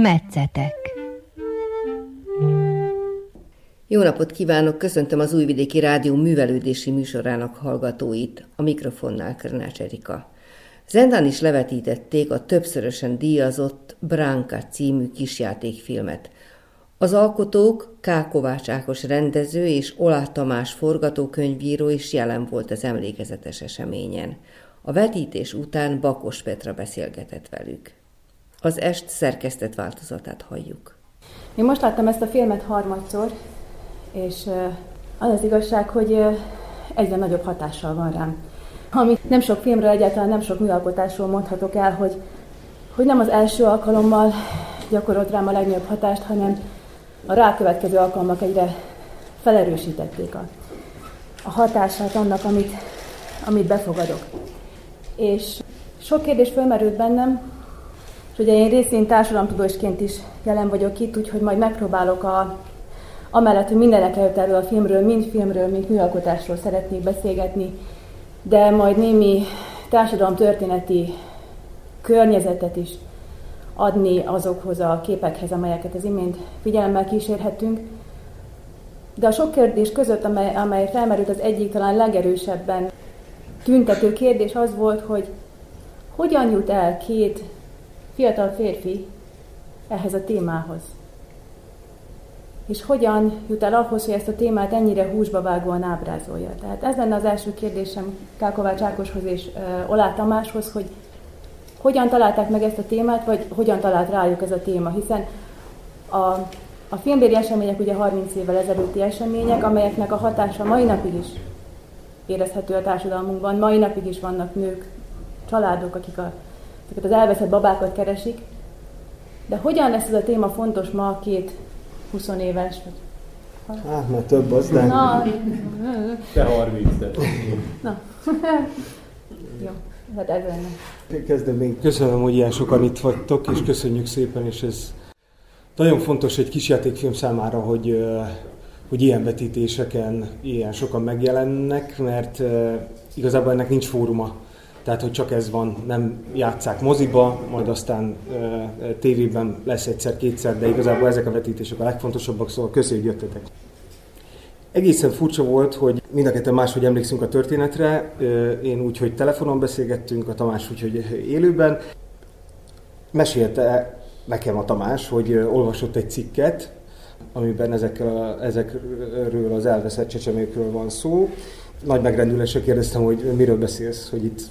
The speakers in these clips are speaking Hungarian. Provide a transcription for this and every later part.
Metszetek. Jó napot kívánok, köszöntöm az Újvidéki Rádió művelődési műsorának hallgatóit, a mikrofonnál Krnács Erika. Zendán is levetítették a többszörösen díjazott Branka című kisjátékfilmet. Az alkotók K. Kovács Ákos rendező és Oláh Tamás forgatókönyvíró is jelen volt az emlékezetes eseményen. A vetítés után Bakos Petra beszélgetett velük. Az est szerkesztett változatát halljuk. Én most láttam ezt a filmet harmadszor, és az az igazság, hogy egyre nagyobb hatással van rám. Ami nem sok filmről, egyáltalán nem sok műalkotásról mondhatok el, hogy nem az első alkalommal gyakorolt rám a legnagyobb hatást, hanem a rákövetkező alkalmak egyre felerősítették a hatását annak, amit befogadok. És sok kérdés fölmerült bennem, és ugye én részint társadalomtudósként is jelen vagyok itt, úgyhogy majd megpróbálok amellett, hogy mindenek előtt erről a filmről, mind műalkotásról szeretnék beszélgetni, de majd némi társadalomtörténeti környezetet is adni azokhoz a képekhez, amelyeket az imént figyelemmel kísérhetünk. De a sok kérdés között, amely felmerült, az egyik talán legerősebben tüntető kérdés az volt, hogy hogyan jut el két fiatal férfi ehhez a témához. És hogyan jut el ahhoz, hogy ezt a témát ennyire húsba vágóan ábrázolja. Tehát ez lenne az első kérdésem K. Kovács Ákoshoz és Oláh Tamáshoz, hogy hogyan találták meg ezt a témát, vagy hogyan talált rájuk ez a téma, hiszen a filmbéli események ugye 30 évvel ezelőtti események, amelyeknek a hatása mai napig is érezhető a társadalmunkban, mai napig is vannak nők, családok, akik ezeket az elveszett babákat keresik, de hogyan lesz ez a téma fontos ma két 20 éves? Mert több az, de... Te 30, de... Na, jó, hát ez lenne. Kezdem én. Köszönöm, hogy ilyen sokan itt vagytok, és köszönjük szépen, és ez nagyon fontos egy kisjátékfilm számára, hogy ilyen vetítéseken ilyen sokan megjelennek, mert igazából ennek nincs fóruma. Tehát, hogy csak ez van, nem játsszák moziba, majd aztán tévében lesz egyszer-kétszer, de igazából ezek a vetítések a legfontosabbak, szóval köszönjük, hogy jöttetek. Egészen furcsa volt, hogy mind a ketten máshogy emlékszünk a történetre. Én úgy, hogy telefonon beszélgettünk, a Tamás úgy, hogy élőben. Mesélte nekem a Tamás, hogy olvasott egy cikket, amiben ezekről az elveszett csecsemőkről van szó. Nagy megrendüléssel kérdeztem, hogy miről beszélsz, hogy itt,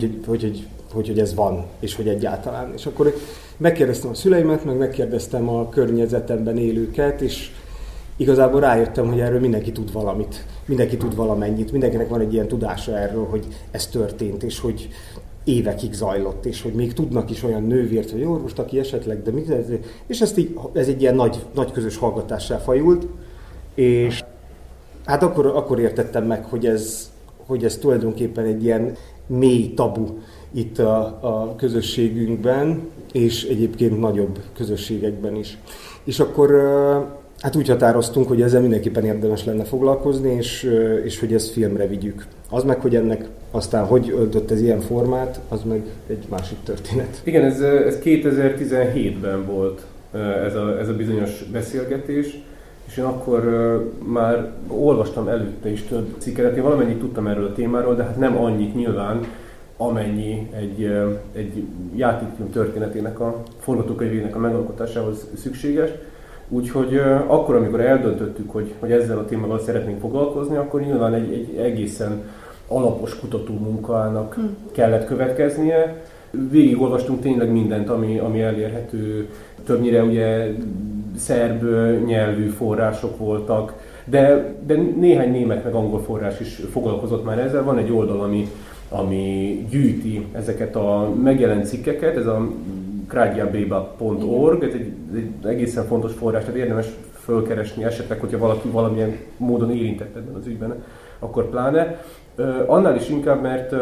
hogy ez van, és hogy egyáltalán. És akkor megkérdeztem a szüleimet, meg megkérdeztem a környezetemben élőket, és igazából rájöttem, hogy erről mindenki tud valamit, mindenki tud valamennyit, mindenkinek van egy ilyen tudása erről, hogy ez történt, és hogy évekig zajlott, és hogy még tudnak is olyan nővért, vagy orvost, aki esetleg, de mit, és ez egy ilyen nagy közös hallgatássá fajult, és hát akkor értettem meg, hogy ez tulajdonképpen egy ilyen mély tabu itt a közösségünkben, és egyébként nagyobb közösségekben is. És akkor hát úgy határoztunk, hogy ezzel mindenképpen érdemes lenne foglalkozni, és hogy ezt filmre vigyük. Az meg, hogy ennek aztán hogy öltött ez ilyen formát, az meg egy másik történet. Igen, ez 2017-ben volt ez a bizonyos beszélgetés, és én akkor már olvastam előtte is több cikket, én valamennyit tudtam erről a témáról, de hát nem annyit nyilván, amennyi egy játékfilm történetének a forgatókönyvének a megalkotásához szükséges. Úgyhogy akkor, amikor eldöntöttük, hogy ezzel a témával szeretnénk foglalkozni, akkor nyilván egy egészen alapos kutatómunkának kellett következnie. Végigolvastunk tényleg mindent, ami elérhető, többnyire ugye szerb nyelvű források voltak, de néhány német meg angol forrás is foglalkozott már ezzel. Van egy oldal, ami gyűjti ezeket a megjelent cikkeket, ez a kragyabeba.org, ez egy egészen fontos forrás, tehát érdemes fölkeresni esetleg, hogyha valaki valamilyen módon érintett ebben az ügyben, akkor pláne. Annál is inkább, mert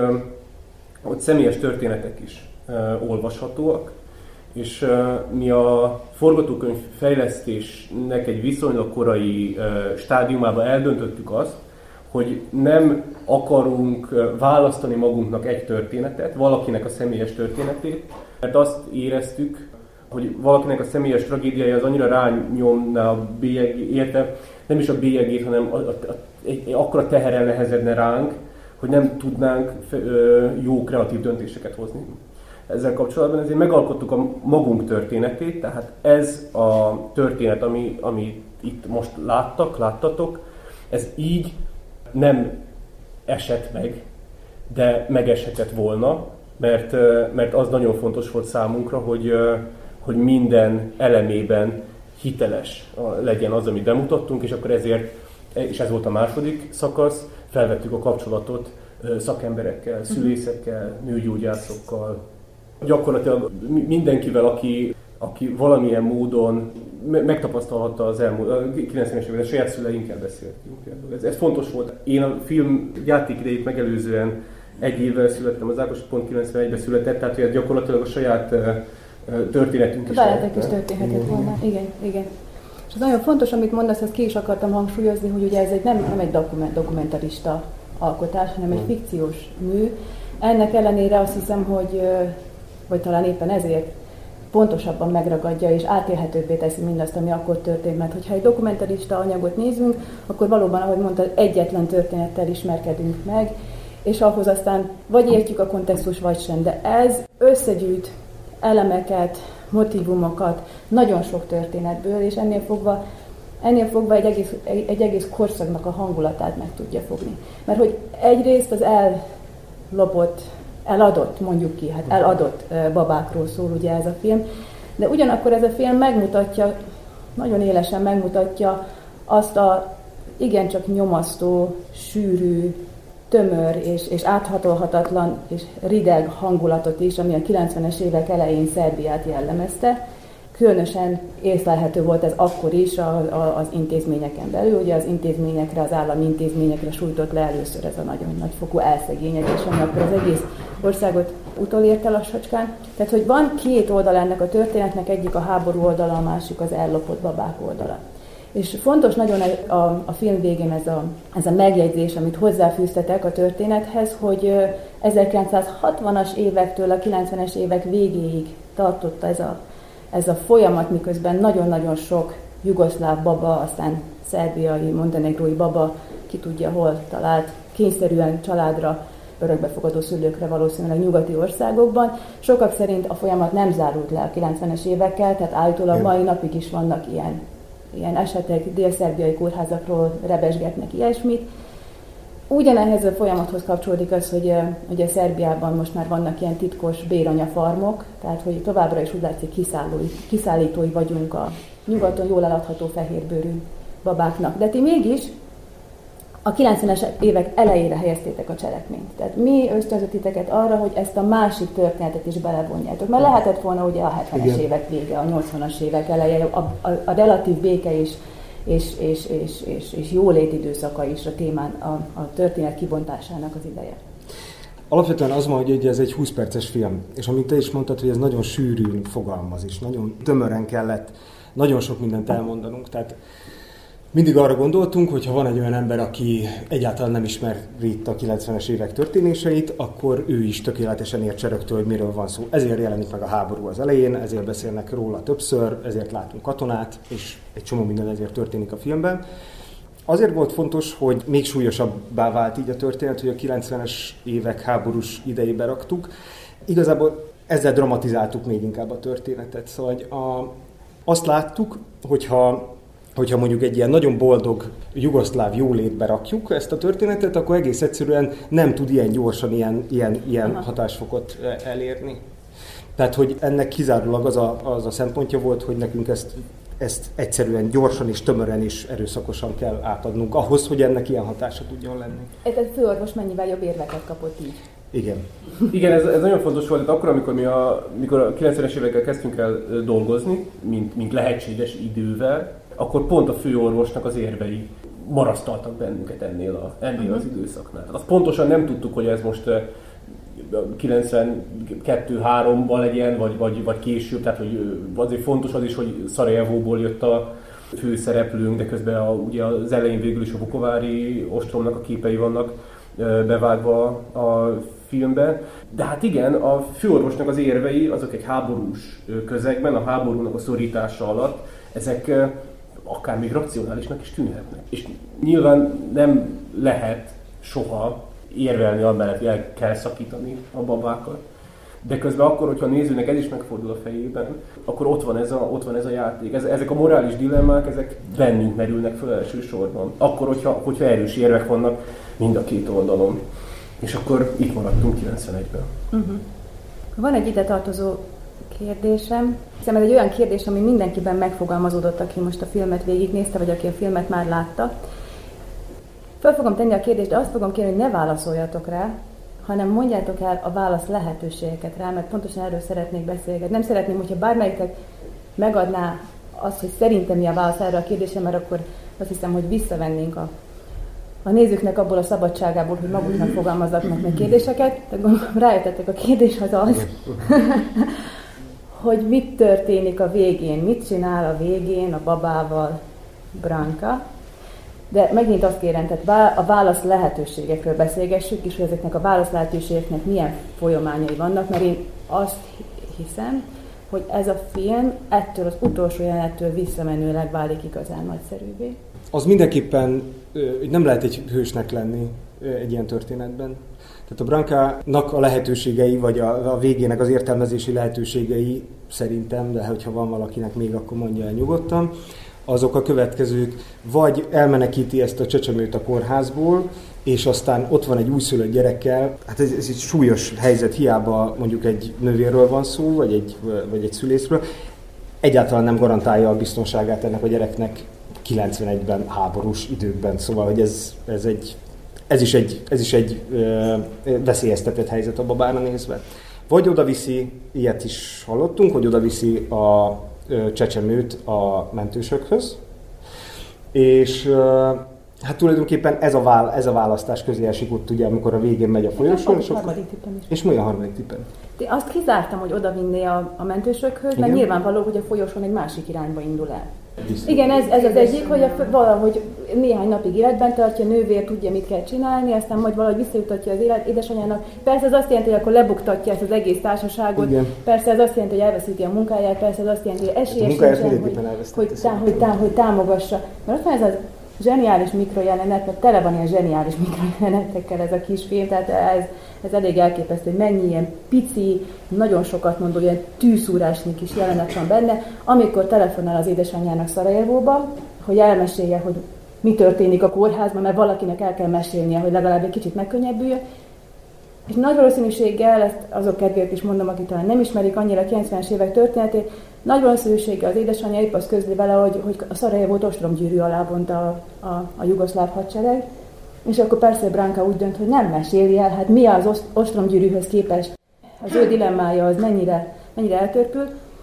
ott személyes történetek is olvashatóak, és mi a forgatókönyv fejlesztésnek egy viszonylag korai stádiumában eldöntöttük azt, hogy nem akarunk választani magunknak egy történetet, valakinek a személyes történetét, mert azt éreztük, hogy valakinek a személyes tragédiája az annyira rányomná a bélyegét, érte, nem is a bélyegét, hanem akkora teherrel nehezedne ránk, hogy nem tudnánk jó kreatív döntéseket hozni. Ezzel kapcsolatban ezért megalkottuk a magunk történetét, tehát ez a történet, ami itt most láttatok, ez így nem esett meg, de megeshetett volna, mert az nagyon fontos volt számunkra, hogy minden elemében hiteles legyen az, amit bemutattunk, és akkor ezért, és ez volt a második szakasz, felvettük a kapcsolatot szakemberekkel, szülészekkel, nőgyógyászokkal, gyakorlatilag mindenkivel, aki valamilyen módon megtapasztalhatta az elmúlt 90-es években, a saját szüleinkkel beszéltünk. Ez fontos volt. Én a film játékidejét megelőzően egy évvel születtem, az Ákos pont 91-ben született, tehát hogy gyakorlatilag a saját történetünk is. Veletek is történhetett volna. Igen. És az nagyon fontos, amit mondasz, ezt ki is akartam hangsúlyozni, hogy ugye ez nem egy dokumentarista alkotás, hanem egy fikciós mű. Ennek ellenére azt hiszem, hogy talán éppen ezért pontosabban megragadja és átélhetőbbé teszi mindazt, ami akkor történt. Mert hogyha egy dokumentarista anyagot nézünk, akkor valóban, ahogy mondtad, egyetlen történettel ismerkedünk meg, és ahhoz aztán vagy értjük a kontextus, vagy sem. De ez összegyűjt elemeket, motivumokat nagyon sok történetből, és ennél fogva egy egész korszaknak a hangulatát meg tudja fogni. Mert hogy egyrészt az eladott, mondjuk ki, hát eladott babákról szól ugye ez a film, de ugyanakkor ez a film megmutatja, nagyon élesen megmutatja azt a igencsak nyomasztó, sűrű, tömör és áthatolhatatlan és rideg hangulatot is, ami a 90-es évek elején Szerbiát jellemezte. Különösen észlelhető volt ez akkor is az intézményeken belül, ugye az intézményekre, az állami intézményekre sújtott le először ez a nagyon nagyfokú elszegényedés, ami akkor az egész országot utolérte lassacskán. Tehát, hogy van két oldal ennek a történetnek, egyik a háború oldala, a másik az ellopott babák oldala. És fontos nagyon a film végén ez a megjegyzés, amit hozzáfűztetek a történethez, hogy 1960-as évektől a 90-es évek végéig tartotta ez a folyamat, miközben nagyon-nagyon sok jugoszláv baba, aztán szerbiai, montenegrói baba, ki tudja hol talált, kényszerűen családra, örökbefogadó szülőkre valószínűleg nyugati országokban. Sokak szerint a folyamat nem zárult le a 90-es évekkel, tehát állítólag mai napig is vannak ilyen esetek, dél-szerbiai kórházakról rebesgetnek ilyesmit. Ugyanehhez a folyamathoz kapcsolódik az, hogy ugye Szerbiában most már vannak ilyen titkos béranyafarmok, tehát hogy továbbra is úgy látszik kiszállítói vagyunk a nyugaton jól eladható fehérbőrű babáknak. De ti mégis a 90-es évek elejére helyeztétek a cselekményt. Tehát mi ösztönzött titeket arra, hogy ezt a másik történetet is belevonjátok. Mert lehetett volna ugye a 70-es évek vége, a 80-as évek eleje, a relatív béke és jólét időszaka is a témán, a történet kibontásának az ideje. Alapvetően az van, hogy ez egy 20 perces film, és amit te is mondtad, hogy ez nagyon sűrűn fogalmaz, és nagyon tömören kellett nagyon sok mindent elmondanunk. Tehát mindig arra gondoltunk, hogy ha van egy olyan ember, aki egyáltalán nem ismeri itt a 90-es évek történéseit, akkor ő is tökéletesen értse rögtön, hogy miről van szó. Ezért jelenik meg a háború az elején, ezért beszélnek róla többször, ezért látunk katonát, és egy csomó minden ezért történik a filmben. Azért volt fontos, hogy még súlyosabbá vált így a történet, hogy a 90-es évek háborús idejébe raktuk. Igazából ezzel dramatizáltuk még inkább a történetet. Szóval azt láttuk, hogyha mondjuk egy ilyen nagyon boldog jugoszláv jólétbe rakjuk ezt a történetet, akkor egész egyszerűen nem tud ilyen gyorsan ilyen hatásfokot elérni. Tehát, hogy ennek kizárólag az a szempontja volt, hogy nekünk ezt egyszerűen gyorsan és tömören és erőszakosan kell átadnunk ahhoz, hogy ennek ilyen hatása tudjon lenni. Ez a főorvos mennyivel jobb érveket kapott így? Igen, ez nagyon fontos volt, akkor, amikor a 90-es évekkel kezdtünk el dolgozni, mint lehetséges idővel, akkor pont a főorvosnak az érvei marasztaltak bennünket ennél az időszaknál. Tehát azt pontosan nem tudtuk, hogy ez most 92-3-ban legyen, vagy később, tehát hogy azért fontos az is, hogy Szarajevóból jött a főszereplőnk, de közben ugye az elején végül is a vukovári ostromnak a képei vannak. bevágva a filmbe. De hát igen, a főorvosnak az érvei, azok egy háborús közegben, a háborúnak a szorítása alatt, ezek akár még racionálisnak is tűnhetnek. És nyilván nem lehet soha érvelni amellett, hogy el kell szakítani a babákat. De közben akkor, hogyha a nézőnek ez is megfordul a fejében, akkor ott van ez a játék. Ezek a morális dilemmák, ezek bennünk merülnek fel elsősorban. Akkor, hogyha erős érvek vannak mind a két oldalon. És akkor itt maradtunk 91-ben. Uh-huh. Van egy ide tartozó kérdésem. Hiszem, ez egy olyan kérdés, ami mindenkiben megfogalmazódott, aki most a filmet végignézte, vagy aki a filmet már látta. Föl fogom tenni a kérdést, de azt fogom kérni, hogy ne válaszoljatok rá, hanem mondjátok el a válasz lehetőségeket rá, mert pontosan erről szeretnék beszélgetni. Nem szeretném, hogyha bármelyiknek megadná azt, hogy szerintem mi a válasz erre a kérdésre, mert akkor azt hiszem, hogy visszavennénk a nézőknek abból a szabadságából, hogy maguknak fogalmaznak meg kérdéseket. De gondolom, rájöttetek, a kérdés az, hogy mit történik a végén, mit csinál a végén a babával Branka. De megint azt kérem, tehát a válasz lehetőségekről beszélgessük, és hogy ezeknek a válasz lehetőségeknek milyen folyamányai vannak, mert én azt hiszem, hogy ez a film ettől az utolsó jelenettől visszamenőleg válik igazán nagyszerűvé. Az mindenképpen nem lehet egy hősnek lenni egy ilyen történetben. Tehát a Brankának a lehetőségei, vagy a végének az értelmezési lehetőségei szerintem, de hogyha van valakinek még, akkor mondja el nyugodtan, azok a következők, vagy elmenekíti ezt a csecsemőt a kórházból, és aztán ott van egy újszülött gyerekkel. Hát ez egy súlyos helyzet, hiába mondjuk egy nővérről van szó, vagy egy szülészről. Egyáltalán nem garantálja a biztonságát ennek a gyereknek 91-ben, háborús időkben. Szóval, hogy ez is egy veszélyeztetett helyzet a babára nézve. Vagy odaviszi, ilyet is hallottunk, hogy odaviszi a csecsemőt a mentősökhöz, és hát tulajdonképpen ez a választás közé esik ott, ugye, amikor a végén megy a folyosón, és mi a harmadik tippen? Azt kizártam, hogy odavinné a mentősökhöz, mert nyilvánvaló, hogy a folyosón egy másik irányba indul el. Igen, ez az egyik, hogy valahogy néhány napig életben tartja, nővér tudja, mit kell csinálni, aztán majd valahogy visszajutatja az édesanyjának. Persze ez azt jelenti, hogy akkor lebuktatja ezt az egész társaságot, igen. Persze ez azt jelenti, hogy elveszíti a munkáját, persze ez azt jelenti, hogy esélye sincsen, hogy támogassa. Mert ott van ez a zseniális mikrojelenet, mert tele van ilyen zseniális mikrojelenetekkel ez a kis film, tehát ez elég elképesztő, hogy mennyi ilyen pici, nagyon sokat mondó, ilyen tűszúrásnyi kis jelenet van benne, amikor telefonál az édesanyjának Szarajevóba, hogy elmesélje, hogy mi történik a kórházban, mert valakinek el kell mesélnie, hogy legalább egy kicsit megkönnyebbüljön. És nagy valószínűséggel, ezt azok kedvéért is mondom, akik talán nem ismerik annyira a 90-es évek történetét, nagy valószínűséggel az édesanyja épp azt közli vele, hogy a Szarajevót ostromgyűrű alá vonta a jugoszláv hadsereg, és akkor persze Branka úgy dönt, hogy nem meséli el, hát mi az ostromgyűrűhöz képest. Az ő dilemmája az mennyire eltörpül.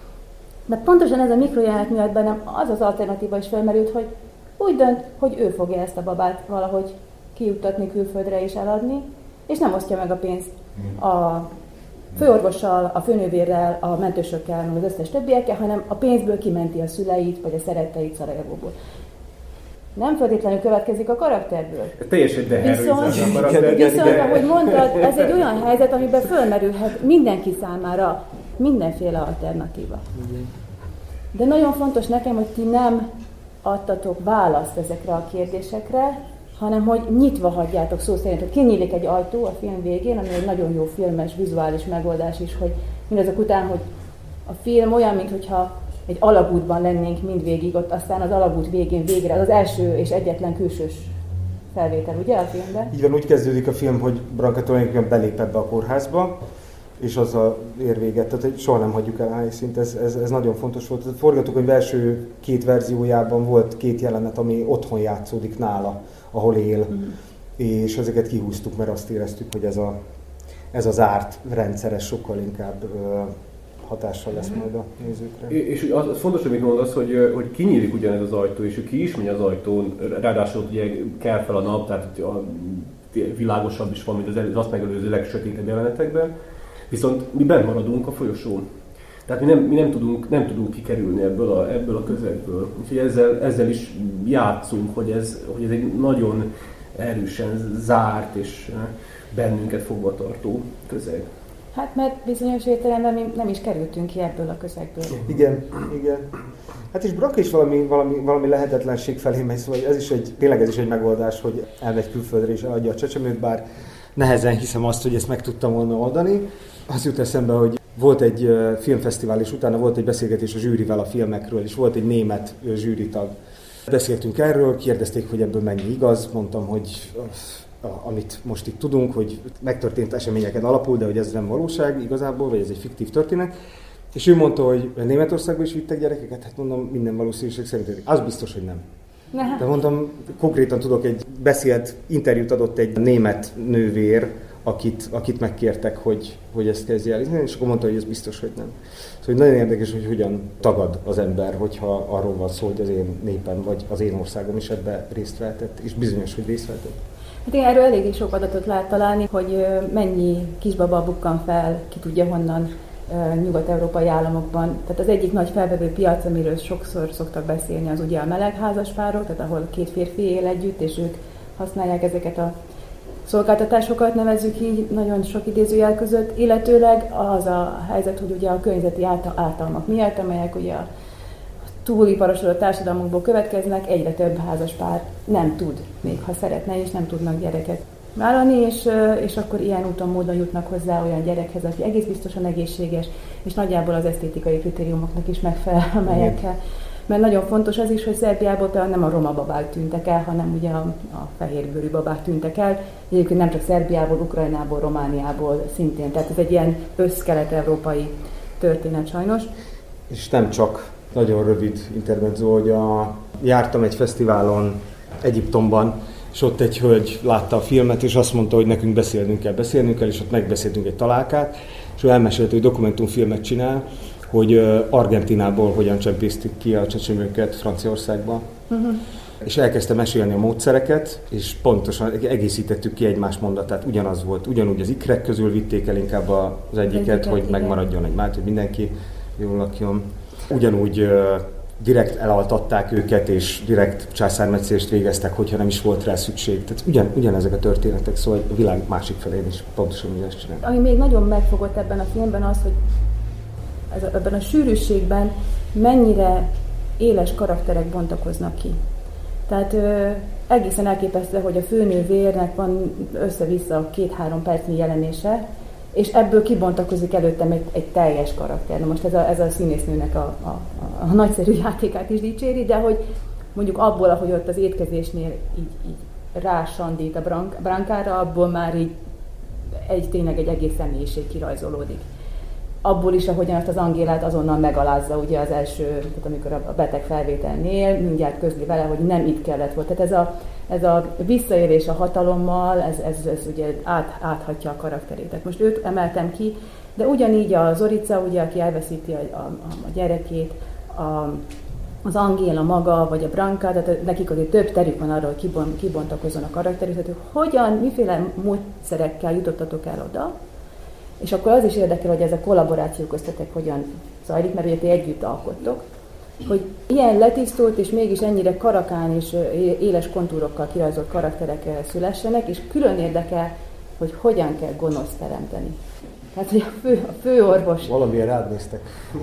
De pontosan ez a mikrojelenet miatt bennem az az alternatíva is felmerült, hogy úgy dönt, hogy ő fogja ezt a babát valahogy kijuttatni külföldre és eladni, és nem osztja meg a pénzt a főorvossal, a főnővérrel, a mentősökkel, az összes többiekkel, hanem a pénzből kimenti a szüleit, vagy a szeretteit Szarajevóból. Nem feltétlenül következik a karakterből. Teljesen deherőzás a karakter. Viszont, ahogy mondtad, ez egy olyan helyzet, amiben fölmerülhet mindenki számára mindenféle alternatíva. De nagyon fontos nekem, hogy ti nem adtatok választ ezekre a kérdésekre, hanem hogy nyitva hagyjátok szó szerint, hogy kinyílik egy ajtó a film végén, ami egy nagyon jó filmes, vizuális megoldás is, hogy mindazok után, hogy a film olyan, mintha egy alagútban lennénk mindvégig, ott aztán az alagút végén végre, az első és egyetlen külsős felvétel, ugye a filmben? Így van, úgy kezdődik a film, hogy Branka tulajdonképpen belép ebbe a kórházba, és azzal ér véget, tehát soha nem hagyjuk el a helyszínt, ez nagyon fontos volt. A forgatókönyv első 2 verziójában volt 2 jelenet, ami otthon játszódik nála, ahol él, és ezeket kihúztuk, mert azt éreztük, hogy ez az árt rendszeres sokkal inkább hatással lesz majd a nézőkre. És az fontos, amit mondasz, hogy kinyílik ugyanez az ajtó, és ő ki is megy az ajtón, ráadásul ugye kell fel a nap, tehát világosabb is van, mint az azt megelőző legsötétebb jelenetekben, viszont mi bent maradunk a folyosón. Tehát mi nem tudunk kikerülni ebből a közegből. Úgyhogy ezzel is játszunk, hogy ez egy nagyon erősen zárt és bennünket fogvatartó közeg. Hát mert bizonyos értelemben mi nem is kerültünk ki ebből a közegből. Igen. Hát és Branca is valami lehetetlenség felé megy, szóval tényleg ez is egy megoldás, hogy elmegy külföldre és eladja a csecsemőt, bár nehezen hiszem azt, hogy ezt meg tudtam volna oldani. Az jut eszembe, hogy volt egy filmfesztivál, és utána volt egy beszélgetés a zsűrivel a filmekről, és volt egy német zsűritag. Beszéltünk erről, kérdezték, hogy ebből mennyi igaz, mondtam, hogy amit most itt tudunk, hogy megtörtént eseményeken alapul, de hogy ez nem valóság igazából, vagy ez egy fiktív történet. És ő mondta, hogy Németországban is vittek gyerekeket, hát mondom, minden valószínűség szerint, az biztos, hogy nem. De mondom, konkrétan tudok egy beszélt interjút adott egy német nővér, akit megkértek, hogy ezt kezdje el, és akkor mondta, hogy ez biztos, hogy nem. Szóval nagyon érdekes, hogy hogyan tagad az ember, hogyha arról van szó, hogy az én népem, vagy az én országom is ebbe részt vehetett, és bizonyos, hogy részt vehetett. Hát én erről eléggé sok adatot lehet találni, hogy mennyi kisbaba bukkan fel, ki tudja honnan nyugat-európai államokban. Tehát az egyik nagy felvevő piac, amiről sokszor szoktak beszélni, az ugye a melegházas-párok, tehát ahol két férfi él együtt, és ők használják ezeket a szolgáltatásokat, nevezzük így nagyon sok idézőjel között, illetőleg az a helyzet, hogy ugye a környezeti ártalmak miatt, amelyek ugye a túliparosodott társadalmunkból következnek, egyre több házaspár nem tud, még ha szeretne, és nem tudnak gyereket vállalni, és akkor ilyen úton, módon jutnak hozzá olyan gyerekhez, aki egész biztosan egészséges, és nagyjából az esztétikai kritériumoknak is megfelel, amelyekkel. Mert nagyon fontos az is, hogy Szerbiából például nem a roma babák tűntek el, hanem ugye a fehérbőrű babák tűntek el. Egyébként nem csak Szerbiából, Ukrajnából, Romániából szintén. Tehát ez egy ilyen össz-kelet-európai történet sajnos. És nem csak nagyon rövid intermezzo, hogy jártam egy fesztiválon Egyiptomban, és ott egy hölgy látta a filmet, és azt mondta, hogy nekünk beszélnünk kell, és ott megbeszéltünk egy találkát, és ő elmesélte, hogy dokumentumfilmet csinál, hogy Argentinából hogyan csempésztik ki a csecsemőket Franciaországba. És elkezdte mesélni a módszereket, és pontosan egészítettük ki egymás mondatát, ugyanaz volt. Ugyanúgy az ikrek közül vitték el inkább az egyiket, hogy megmaradjon egy mát, hogy mindenki jól lakjon. Ugyanúgy direkt elaltatták őket, és direkt császármetszést végeztek, hogyha nem is volt rá szükség. Tehát ugyanezek a történetek, szóval a világ másik felén is pontosan ugyanezt csinál. Ami még nagyon megfogott ebben a filmben az, hogy ebben a sűrűségben mennyire éles karakterek bontakoznak ki. Tehát egészen elképesztő, hogy a főnővérnek van össze-vissza 2-3 percnyi jelenése, és ebből kibontakozik előttem egy teljes karakter. Na most ez a színésznőnek a nagyszerű játékát is dicséri, de hogy mondjuk abból, ahogy ott az étkezésnél így rásandít a Brancára, abból már így tényleg egy egész személyiség kirajzolódik. Abból is, ahogyan azt az Angélát azonnal megalázza, ugye az első, tehát amikor a beteg felvételnél, mindjárt közli vele, hogy nem itt kellett volt. Tehát ez a visszaélés a hatalommal, ez ugye áthatja a karakterét. Tehát most őt emeltem ki, de ugyanígy a Zorica, ugye, aki elveszíti a gyerekét, az Angéla maga, vagy a Branca, tehát nekik azért több terük van arra, hogy kibontakozzon a karakterük, tehát hogyan, miféle módszerekkel jutottatok el oda, és akkor az is érdekel, hogy ez a kollaboráció köztetek hogyan zajlik, mert ugye ti együtt alkottok, hogy ilyen letisztult és mégis ennyire karakán és éles kontúrokkal kirajzolt karakterek szülessenek, és külön érdekel, hogy hogyan kell gonoszt teremteni. Tehát, hogy a főorvos... Valamilyen rád néztek.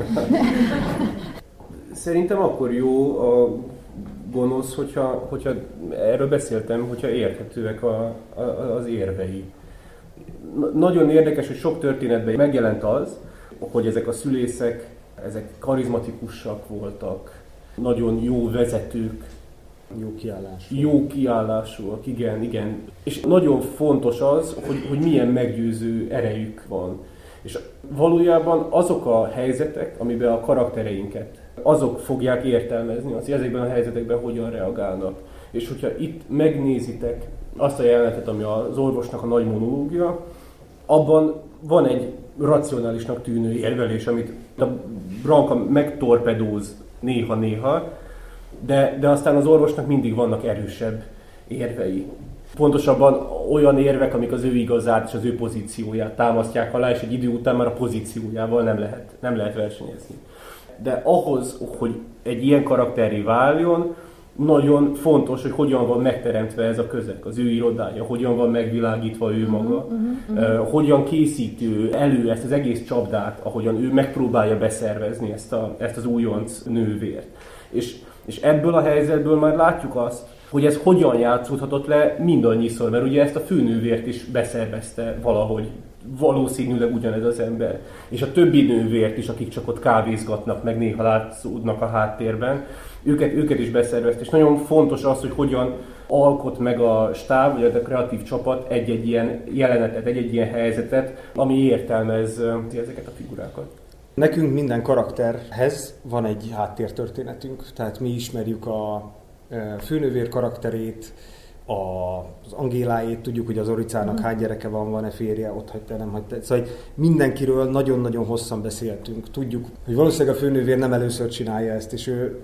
Szerintem akkor jó a gonosz, hogyha erről beszéltem, hogyha érthetőek az érvei. Nagyon érdekes, hogy sok történetben megjelent az, hogy ezek a szülészek, ezek karizmatikusak voltak, nagyon jó vezetők. Jó kiállásúak, igen. És nagyon fontos az, hogy milyen meggyőző erejük van. És valójában azok a helyzetek, amiben a karaktereinket, azok fogják értelmezni, az ezekben a helyzetekben hogyan reagálnak. És hogyha itt megnézitek azt a jelenetet, ami az orvosnak a nagy monológia, abban van egy racionálisnak tűnő érvelés, amit a Branca megtorpedóz néha-néha, de aztán az orvosnak mindig vannak erősebb érvei. Pontosabban olyan érvek, amik az ő igazát és az ő pozícióját támasztják alá, és egy idő után már a pozíciójával nem lehet versenyezni. De ahhoz, hogy egy ilyen karakterré váljon, nagyon fontos, hogy hogyan van megteremtve ez a közeg, az ő irodája, hogyan van megvilágítva ő maga, hogyan készíti ő elő ezt az egész csapdát, ahogyan ő megpróbálja beszervezni ezt az újonc nővért. És ebből a helyzetből már látjuk azt, hogy ez hogyan játszódhatott le mindannyiszor, mert ugye ezt a főnővért is beszervezte valahogy, valószínűleg ugyanez az ember. És a többi nővért is, akik csak ott kávézgatnak, meg néha látszódnak a háttérben, őket is beszervezte. És nagyon fontos az, hogy hogyan alkot meg a stáb, vagy a kreatív csapat egy-egy ilyen jelenetet, egy-egy ilyen helyzetet, ami értelmezi ezeket a figurákat. Nekünk minden karakterhez van egy háttértörténetünk, tehát mi ismerjük a főnővér karakterét, az Angéláét, tudjuk, hogy az Oricának hány gyereke van-e férje, ott hagyta, nem hagyta. Szóval mindenkiről nagyon-nagyon hosszan beszéltünk. Tudjuk, hogy valószínűleg a főnővér nem először csinálja ezt, és ő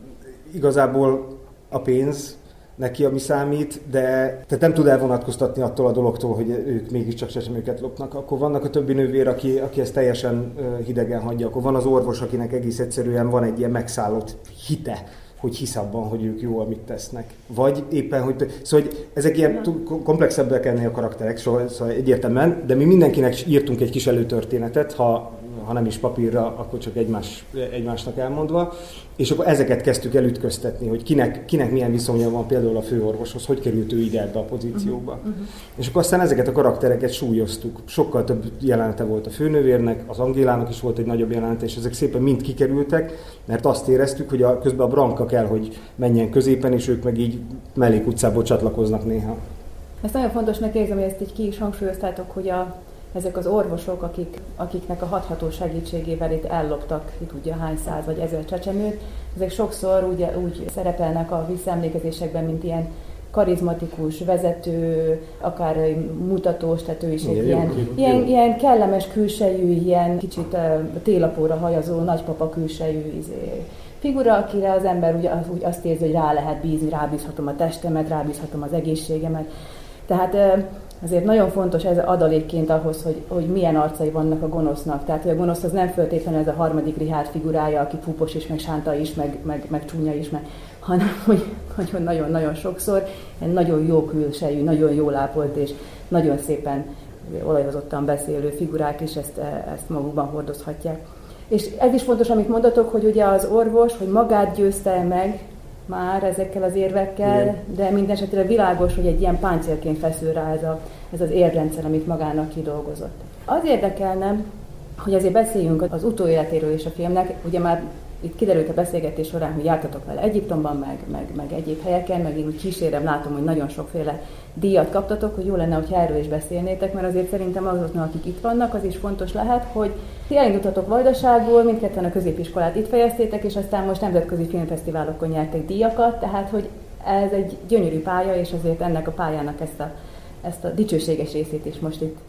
igazából a pénz neki, ami számít, de tehát nem tud elvonatkoztatni attól a dologtól, hogy ők mégiscsak csecsemőket lopnak. Akkor vannak a többi nővér, aki ezt teljesen hidegen hagyja. Akkor van az orvos, akinek egész egyszerűen van egy ilyen megszállott hite, hogy hisz abban, hogy ők jól mit tesznek. Vagy éppen, szóval ezek ilyen komplexebbek ennél a karakterek, szóval egyértelműen, de mi mindenkinek írtunk egy kis előtörténetet, ha nem is papírra, akkor csak egymásnak elmondva, és akkor ezeket kezdtük elütköztetni, hogy kinek milyen viszonya van például a főorvoshoz, hogy került ő ide ebbe a pozícióba. És akkor aztán ezeket a karaktereket súlyoztuk. Sokkal több jelenete volt a főnővérnek, az Angélának is volt egy nagyobb jelenete, és ezek szépen mind kikerültek, mert azt éreztük, hogy közben a Branka kell, hogy menjen középen, és ők meg így mellékutcából csatlakoznak néha. Ezt nagyon fontosnak érzem, hogy ezt így ki is hangsúlyoztátok, hogy ezek az orvosok, akiknek a hatható segítségével itt elloptak, ki tudja hány száz vagy ezer csecsemőt, ezek sokszor úgy szerepelnek a visszaemlékezésekben, mint ilyen karizmatikus, vezető, akár mutatós, tehát ő is egy ilyen kellemes külsejű, ilyen kicsit télapóra hajazó, nagypapa külsejű figura, akire az ember úgy azt érzi, hogy rá lehet bízni, rábízhatom a testemet, rábízhatom az egészségemet. Tehát azért nagyon fontos ez adalékként ahhoz, hogy milyen arcai vannak a gonosznak. Tehát, hogy a gonosz az nem feltétlenül ez a harmadik Richárd figurája, aki púpos is, meg sánta is, meg csúnya is, hanem hogy nagyon-nagyon sokszor nagyon jó külsejű, nagyon jól ápolt és nagyon szépen olajozottan beszélő figurák is ezt magukban hordozhatják. És ez is fontos, amit mondatok, hogy ugye az orvos, hogy magát győzte meg már ezekkel az érvekkel, igen, de mindenesetre világos, hogy egy ilyen páncélként feszül rá ez az érrendszer, amit magának kidolgozott. Az érdekelne, hogy azért beszéljünk az utóéletéről is a filmnek. Ugye már itt kiderült a beszélgetés során, hogy jártatok vele Egyiptomban, meg egyéb helyeken, meg én úgy kísérem, látom, hogy nagyon sokféle díjat kaptatok, hogy jó lenne, hogyha erről is beszélnétek, mert azért szerintem azoknak, akik itt vannak, az is fontos lehet, hogy ti elindultatok Vajdaságból, mindketten a középiskolát itt fejeztétek, és aztán most nemzetközi filmfesztiválokon nyertek díjakat, tehát hogy ez egy gyönyörű pálya, és azért ennek a pályának ezt a dicsőséges részét is most itt.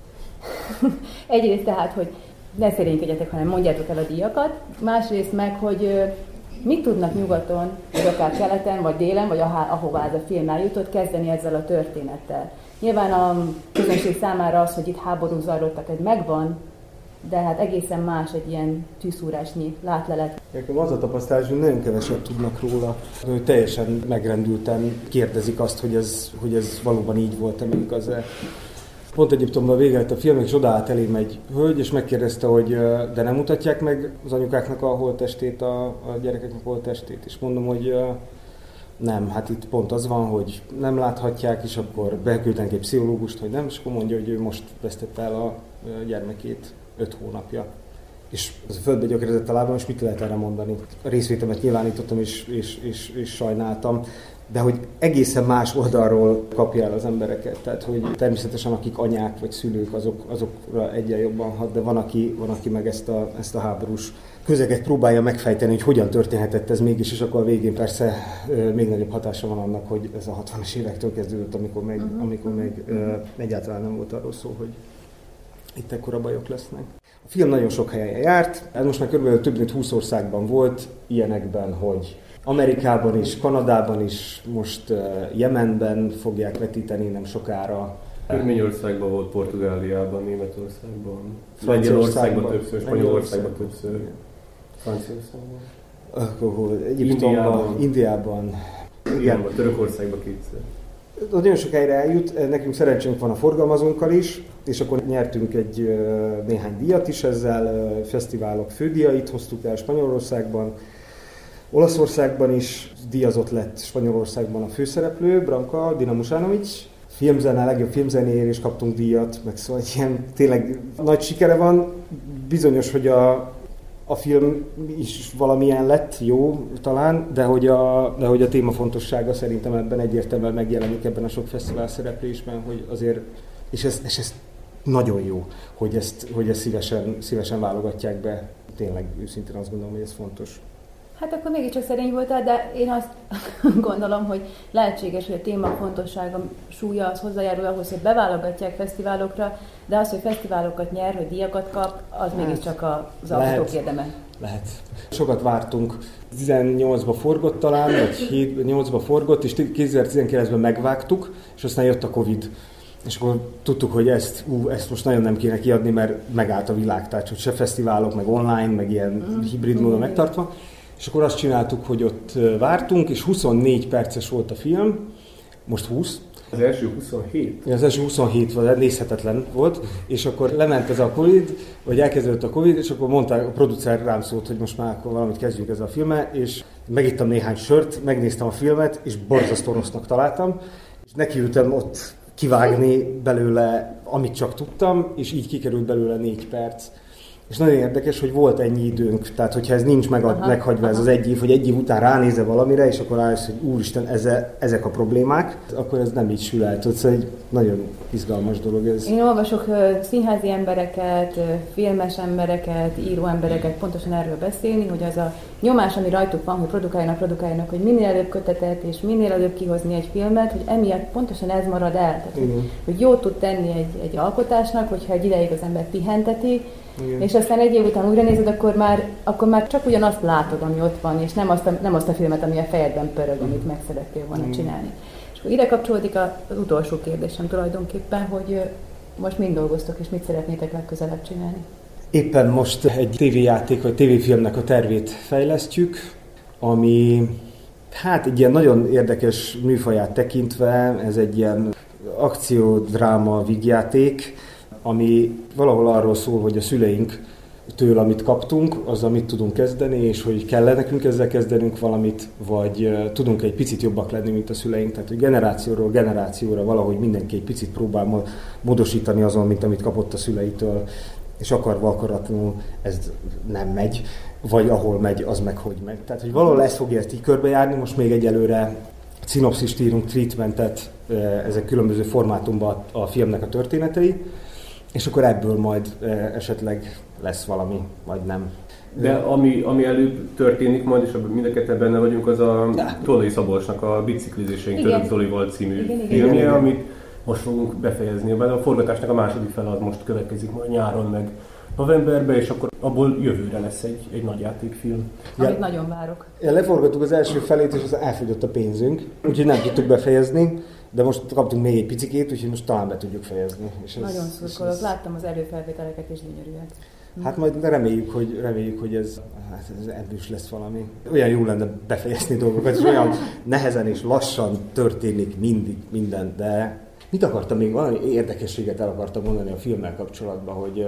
Egyrészt tehát, hogy ne szerénykedjetek, hanem mondjátok el a díjakat. Másrészt meg, hogy mit tudnak nyugaton, vagy akár keleten, vagy délen, vagy ahová ez a film eljutott, kezdeni ezzel a történettel. Nyilván a közönség számára az, hogy itt háborúk zajlottak, ez megvan, de hát egészen más egy ilyen tűzszúrásnyi látlelet. Nekem az a tapasztalás, hogy nagyon keveset tudnak róla. Teljesen megrendülten kérdezik azt, hogy ez valóban így volt, amíg igaz-e. Pont Egyiptomban vége lett a film, és odaállt elém egy hölgy, és megkérdezte, hogy de nem mutatják meg az anyukáknak a holttestét, a gyerekeknek a holttestét. És mondom, hogy nem, hát itt pont az van, hogy nem láthatják, és akkor beküldtek egy pszichológust, hogy nem, és akkor mondja, hogy ő most vesztette el a gyermekét 5 hónapja. És az a földbe gyökerezett a lábam, és mit lehet erre mondani? A részvétemet nyilvánítottam, és sajnáltam. De hogy egészen más oldalról kapja el az embereket. Tehát, hogy természetesen akik anyák vagy szülők, azokra egyen jobban hat, de van, aki meg ezt a háborús közeget próbálja megfejteni, hogy hogyan történhetett ez mégis, és akkor a végén persze még nagyobb hatása van annak, hogy ez a 60-as évektől kezdődött, amikor még egyáltalán nem volt arról szó, hogy itt ekkora bajok lesznek. A film nagyon sok helyen járt, ez most már körülbelül több mint 20 országban volt, ilyenekben, hogy Amerikában is, Kanadában is, most Jemenben fogják vetíteni nem sokára. Örményországban volt, Portugáliában, Németországban, Lengyelországban többször, Spanyolországban többször, Franciaországban. Egyiptomban, Indiában. Igen, a Törökországban kétszer. Nagyon sok helyre eljut, nekünk szerencsénk van a forgalmazónkkal is, és akkor nyertünk egy néhány díjat is ezzel, fesztiválok fődíjait hoztuk el Spanyolországban, Olaszországban is díjazott lett Spanyolországban a főszereplő, Branka Dinamusanovic. Filmzene, legjobb filmzenéért is kaptunk díjat, meg szóval ilyen tényleg nagy sikere van. Bizonyos, hogy a film is valamilyen lett, jó talán, de hogy a téma fontossága szerintem ebben egyértelműen megjelenik ebben a sok fesztivál szereplésben, hogy azért, és ez nagyon jó, hogy ezt szívesen válogatják be. Tényleg őszintén azt gondolom, hogy ez fontos. Hát akkor mégiscsak szerény voltál, de én azt gondolom, hogy lehetséges, hogy a téma fontossága, súlya az hozzájárul ahhoz, hogy beválogatják fesztiválokra, de az, hogy fesztiválokat nyer, hogy díjakat kap, az mégiscsak az alkotók érdeme. Lehet. Sokat vártunk. 18-ba forgott talán, vagy 8-ba forgott, és 2019-ben megvágtuk, és aztán jött a Covid. És akkor tudtuk, hogy ezt most nagyon nem kéne kiadni, mert megállt a világ, tehát hogy se fesztiválok, meg online, meg ilyen hibrid módon megtartva. És akkor azt csináltuk, hogy ott vártunk, és 24 perces volt a film, most 20. Az első 27? Az első 27 volt, nézhetetlen volt, és akkor lement ez a Covid, vagy elkezdődött a Covid, és akkor mondták, a producer rám szólt, hogy most már akkor valamit kezdjünk ezzel a filmmel, és megittam néhány sört, megnéztem a filmet, és borzasztó rossznak találtam, és nekiültem ott kivágni belőle, amit csak tudtam, és így kikerült belőle 4 perc. És nagyon érdekes, hogy volt ennyi időnk, tehát hogyha ez nincs meghagyva ez az egy év, hogy egy év után ránézel valamire, és akkor rájössz, hogy úristen, ezek a problémák, akkor ez nem így sül el. Szóval egy nagyon izgalmas dolog ez. Én olvasok színházi embereket, filmes embereket, író embereket pontosan erről beszélni, hogy az a nyomás, ami rajtuk van, hogy produkáljanak, hogy minél előbb kötetet, és minél előbb kihozni egy filmet, hogy emiatt pontosan ez marad el. Tehát, hogy jót tud tenni egy alkotásnak, hogyha egy ideig az ember pihenteti, igen. És aztán egy év után újra nézed, akkor már csak ugyanazt látod, ami ott van, és nem azt a filmet, ami a fejedben pörög, amit meg szerettél volna csinálni. És akkor ide kapcsolódik az utolsó kérdésem tulajdonképpen, hogy most mind dolgoztok, és mit szeretnétek legközelebb csinálni? Éppen most egy tévéjáték, vagy tévéfilmnek a tervét fejlesztjük, ami egy ilyen nagyon érdekes műfaját tekintve, ez egy ilyen akciódráma vígjáték, ami valahol arról szól, hogy a szüleinktől, amit kaptunk, azzal mit tudunk kezdeni, és hogy kell nekünk ezzel kezdenünk valamit, vagy tudunk egy picit jobbak lenni, mint a szüleink. Tehát, hogy generációról generációra valahogy mindenki egy picit próbál módosítani azon, mint amit kapott a szüleitől, és akarva akaratlanul ez nem megy, vagy ahol megy, az meg hogy megy. Tehát, hogy valahol ezt fogja ezt így körbejárni, most még egyelőre szinopszist írunk, treatmentet, ezek különböző formátumban a filmnek a történetei, és akkor ebből majd esetleg lesz valami, vagy nem. De ami előbb történik majd, és mind a ketten benne vagyunk, az a Tollai Szabolcsnak a Biciklizéseink Török Zolival című filmje, amit most fogunk befejezni. A forgatásnak a második fele az most következik majd nyáron, meg novemberben, és akkor abból jövőre lesz egy nagy játékfilm. Amit nagyon várok. Leforgattuk az első felét, és az elfogyott a pénzünk, úgyhogy nem tudtuk befejezni, de most kaptunk még egy picikét, úgyhogy most talán be tudjuk fejezni. És nagyon szurkolok, láttam az előfelvételeket, és gyönyörűek. Hát majd reméljük, hogy ez erős lesz valami. Olyan jó lenne befejezni dolgokat, és olyan nehezen és lassan történik mindig minden, de mit akartam még? Valami érdekességet el akartam mondani a filmmel kapcsolatban, hogy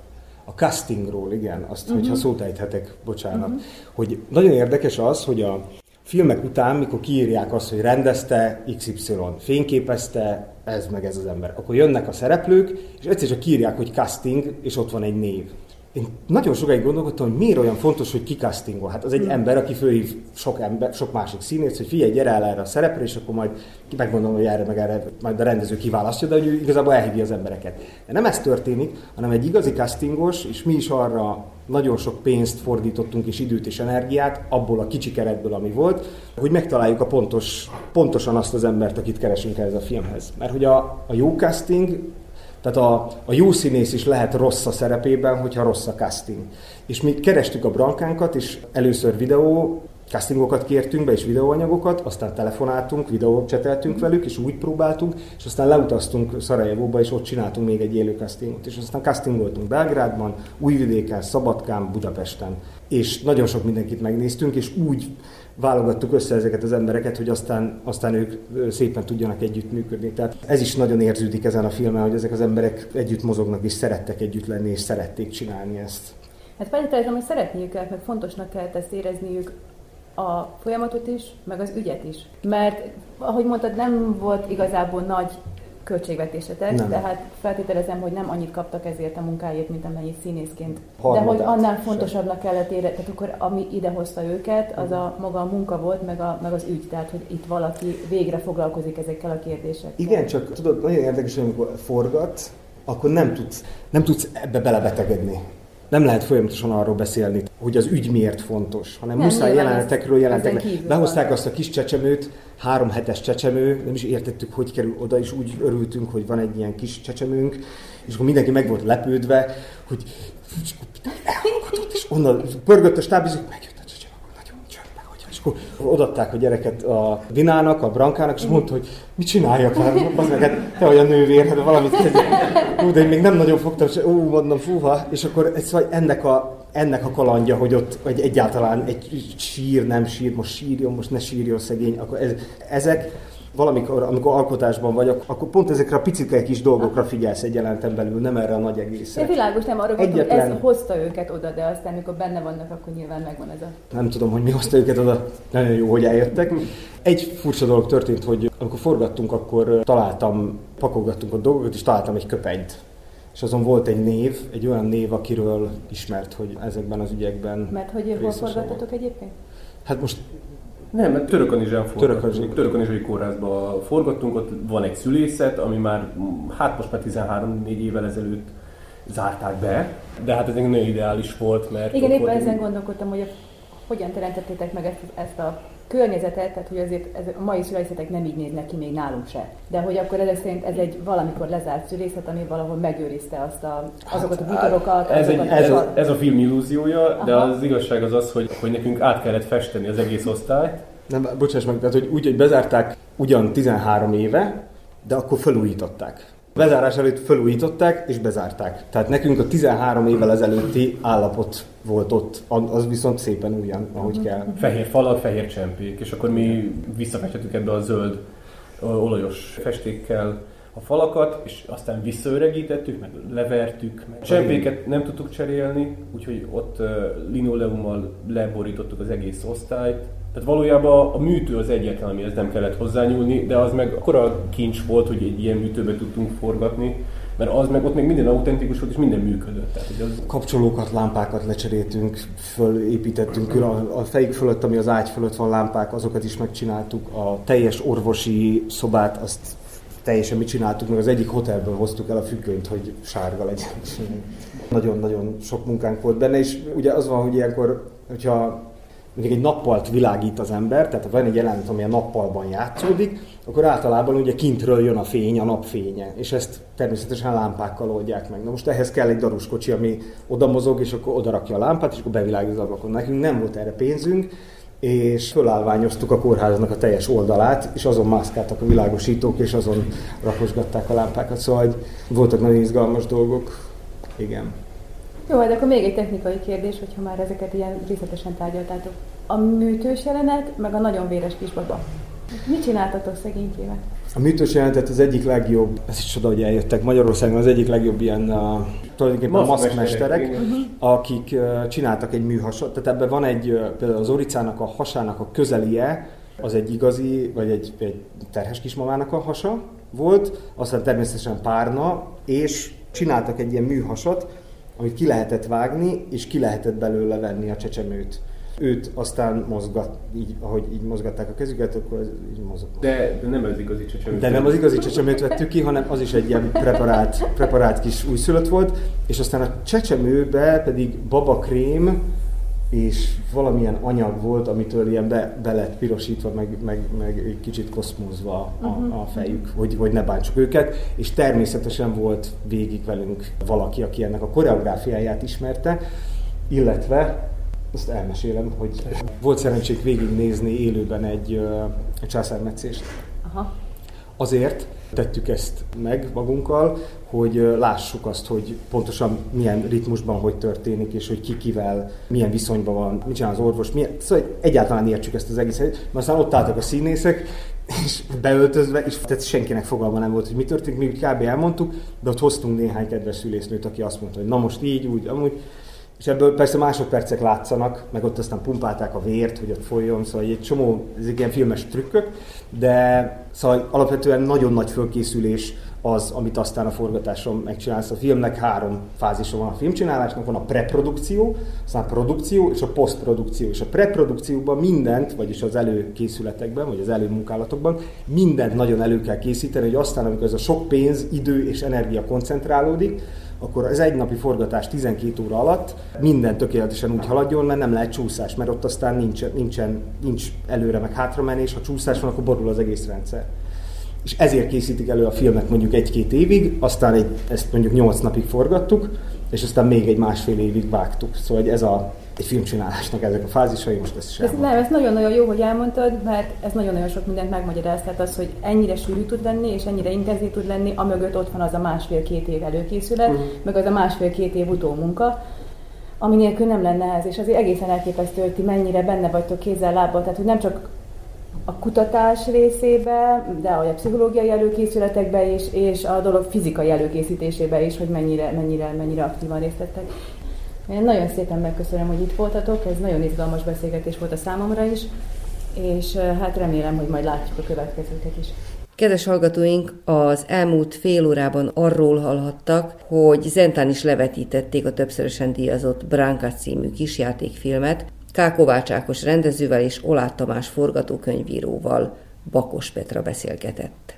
a castingról, igen, azt, hogyha szót ejthetek, bocsánat, hogy nagyon érdekes az, hogy a filmek után, mikor kiírják azt, hogy rendezte XY, fényképezte ez meg ez az ember, akkor jönnek a szereplők, és egyszer csak kiírják, hogy casting, és ott van egy név. Én nagyon sokáig gondolkodtam, hogy miért olyan fontos, hogy ki castingol. Hát az egy ember, aki fölhív sok másik színész, hogy figyelj, gyere el erre a szerepre, és akkor majd megmondom, hogy erre meg erre majd a rendező kiválasztja, de hogy ő igazából elhívja az embereket. De nem ez történik, hanem egy igazi castingos, és mi is arra nagyon sok pénzt fordítottunk, és időt és energiát, abból a kicsi keretből, ami volt, hogy megtaláljuk pontosan azt az embert, akit keresünk ehhez a filmhez. Mert hogy a jó casting, tehát a jó színész is lehet rossz a szerepében, hogyha rossz a casting. És mi kerestük a Brankánkat, és először videó castingokat kértünk be és videóanyagokat, aztán telefonáltunk, videót cseteltünk velük, és úgy próbáltunk, és aztán leutaztunk Szarajevóba, és ott csináltunk még egy élő castingot. És aztán castingoltunk Belgrádban, Újvidéken, Szabadkán, Budapesten. És nagyon sok mindenkit megnéztünk, és úgy válogattuk össze ezeket az embereket, hogy aztán ők szépen tudjanak együttműködni. Tehát ez is nagyon érződik ezen a filmen, hogy ezek az emberek együtt mozognak, és szerettek együtt lenni, és szerették csinálni ezt. Hát feltételezem, hogy szeretniük kell, meg fontosnak kell ezt érezniük a folyamatot is, meg az ügyet is. Mert, ahogy mondtad, nem volt igazából nagy költségvetésetek, tehát feltételezem, hogy nem annyit kaptak ezért a munkáért, mint amennyit színészként. De hogy annál fontosabbnak kellett érezni, tehát akkor ami idehozta őket, az a maga a munka volt, meg az ügy, tehát hogy itt valaki végre foglalkozik ezekkel a kérdésekkel. Igen, csak tudod, nagyon érdekes, hogy amikor forgat, akkor nem tudsz ebbe belebetegedni. Nem lehet folyamatosan arról beszélni, hogy az ügy miért fontos, hanem muszáj jelenetekről. Behozták azt a kis csecsemőt, 3 hetes csecsemő, nem is értettük, hogy kerül oda, és úgy örültünk, hogy van egy ilyen kis csecsemőnk, és akkor mindenki meg volt lepődve, hogy elhallgatott, és onnan pörgött a stáb, és megjött a csecsemő, nagyon csöndbe, és akkor odaadták a gyereket a Vinának, a Brankának, és mondta, hogy mit csináljak már, az meg, hát te olyan nővér, hát valamit de én még nem nagyon fogtam, mondom, fúha, és akkor szóval ennek a kalandja, hogy ott hogy egyáltalán egy sír, nem sír, most sírjon, most ne sírjon szegény, akkor ezek valamikor, amikor alkotásban vagyok, akkor pont ezekre a picike kis dolgokra figyelsz egy jeleneten belül, nem erre a nagy egészre. De világos, nem arra gondolom, hogy ez hozta őket oda, de aztán, amikor benne vannak, akkor nyilván megvan ez a... Nem tudom, hogy mi hozta őket oda, nagyon jó, hogy eljöttek. Egy furcsa dolog történt, hogy amikor forgattunk, akkor pakolgattunk a dolgokat, és találtam egy köpenyt. És azon volt egy név, egy olyan név, akiről ismert, hogy ezekben az ügyekben... Mert hogy hol forgattatok egyébként? Hát most... Nem, mert Törökanizsán forgattunk. Törökanizsai kórházban forgattunk, ott van egy szülészet, ami már, most már 13-4 évvel ezelőtt zárták be, de hát ez nagyon ideális volt, mert... Igen, éppen ezen gondolkodtam, hogy hogyan teremtettétek meg ezt a környezetet, tehát hogy azért a mai szülészetek nem így néznek ki még nálunk se. De hogy akkor ezek szerint ez egy valamikor lezárt szülészet, ami valahol megőrizte azokat a bútorokat. Ez a film illúziója, de az igazság az, hogy nekünk át kellett festeni az egész osztályt. Nem, bocsáss meg, tehát hogy bezárták ugyan 13 éve, de akkor felújították. Bezárás előtt felújították és bezárták. Tehát nekünk a 13 évvel ezelőtti állapot volt ott, az viszont szépen ugyan, ahogy kell. Fehér falak, fehér csempék, és akkor mi visszafestettük ebbe a zöld olajos festékkel a falakat, és aztán visszaöregítettük, meg levertük. Meg csempéket nem tudtuk cserélni, úgyhogy ott linoleummal leborítottuk az egész osztályt. Tehát valójában a műtő az egyetlen, amihez nem kellett hozzányúlni, de az meg akkora kincs volt, hogy egy ilyen műtőbe tudtunk forgatni, mert az meg ott még minden autentikus volt, és minden működött. Tehát, az... Kapcsolókat, lámpákat lecseréltünk, fölépítettünk, a fejük fölött, ami az ágy fölött van lámpák, azokat is megcsináltuk. A teljes orvosi szobát, azt teljesen mi csináltuk, meg az egyik hotelből hoztuk el a függönyt, hogy sárga legyen. Nagyon-nagyon sok munkánk volt benne, és ugye az van, hogy ilyenkor, hogyha mondjuk egy nappalt világít az ember, tehát ha van egy jelenet, ami a nappalban játszódik, akkor általában ugye kintről jön a fény, a napfénye, és ezt természetesen lámpákkal oldják meg. Na most ehhez kell egy daruskocsi, ami oda mozog, és akkor oda rakja a lámpát, és akkor bevilágít az ablakon. Nekünk nem volt erre pénzünk, és fölállványoztuk a kórháznak a teljes oldalát, és azon mászkáltak a világosítók, és azon rakosgatták a lámpákat, szóval voltak nagyon izgalmas dolgok. Igen. Jó, de akkor még egy technikai kérdés, hogyha már ezeket ilyen részletesen tárgyaltátok. A műtős jelenet, meg a nagyon véres kisbaba. Mit csináltatok szegénykével? A műtős jelenetet az egyik legjobb, ez is csoda, hogy eljöttek Magyarországon, az egyik legjobb ilyen tulajdonképpen maszkmesterek, akik csináltak egy műhasat. Tehát ebben van például az Oricának a hasának a közelie, az egy igazi, vagy egy terhes kismamának a hasa volt, aztán természetesen párna, és csináltak egy ilyen műhasat, amit ki lehetett vágni, és ki lehetett belőle venni a csecsemőt. Őt aztán így, ahogy így mozgatták a kezüket, akkor ez így mozgott. De nem az igazi csecsemőt. De nem az igazi csecsemőt vettük ki, hanem az is egy ilyen preparált kis újszülött volt, és aztán a csecsemőbe pedig babakrém és valamilyen anyag volt, amitől ilyen be lett pirosítva, meg egy kicsit koszmózva a fejük, hogy ne bántsuk őket, és természetesen volt végig velünk valaki, aki ennek a koreográfiáját ismerte, illetve Azt elmesélem, hogy volt szerencsék végignézni élőben egy császármetszést. Aha. Azért tettük ezt meg magunkkal, hogy lássuk azt, hogy pontosan milyen ritmusban hogy történik, és hogy ki kivel, milyen viszonyban van, mit csinál az orvos, szóval egyáltalán értsük ezt az egészet. Mert aztán ott álltak a színészek, és beöltözve, és tehát senkinek fogalma nem volt, hogy mi történik, mi úgy kb. Elmondtuk, de ott hoztunk néhány kedves szülésznőt, aki azt mondta, hogy na most így, úgy, amúgy. És ebből persze másodpercek látszanak, meg ott aztán pumpálták a vért, hogy ott folyjon, szóval egy csomó, ezek ilyen filmes trükkök, de szóval alapvetően nagyon nagy fölkészülés az, amit aztán a forgatáson megcsinálsz. A filmnek 3 fázisa van a filmcsinálásnak, van a preprodukció, aztán a produkció és a posztprodukció. És a preprodukcióban mindent, vagyis az előkészületekben, vagy az előmunkálatokban mindent nagyon elő kell készíteni, hogy aztán, amikor ez a sok pénz, idő és energia koncentrálódik, akkor az egynapi forgatás 12 óra alatt minden tökéletesen úgy haladjon, mert nem lehet csúszás, mert ott aztán nincs előre meg hátramenés, ha csúszás van, akkor borul az egész rendszer. És ezért készítik elő a filmet mondjuk 1-2 évig, aztán ezt mondjuk 8 napig forgattuk, és aztán még egy 1,5 évig vágtuk. Szóval ez egy filmcsinálásnak ezek a fázisai, most ezt is elmondtam. Ez nagyon-nagyon jó, hogy elmondtad, mert ez nagyon-nagyon sok mindent megmagyaráz. Tehát az, hogy ennyire sűrű tud lenni, és ennyire intenzív tud lenni, amögött ott van az a 1,5-2 év előkészület, meg az a 1,5-2 év utómunka, ami nélkül nem lenne ez. És azért egészen elképesztő, hogy ti mennyire benne vagytok kézzel-lábbal, tehát hogy nem csak a kutatás részébe, de a pszichológiai előkészületekbe is, és a dolog fizikai előkészítésébe is, hogy mennyire aktívan részt vettek. Én nagyon szépen megköszönöm, hogy itt voltatok, ez nagyon izgalmas beszélgetés volt a számomra is, és hát remélem, hogy majd látjuk a következőket is. Kedves hallgatóink, az elmúlt fél órában arról hallhattak, hogy Zentán is levetítették a többszörösen díjazott Branka című kisjátékfilmet, K. Kovács Ákos rendezővel és Oláh Tamás forgatókönyvíróval. Bakos Petra beszélgetett.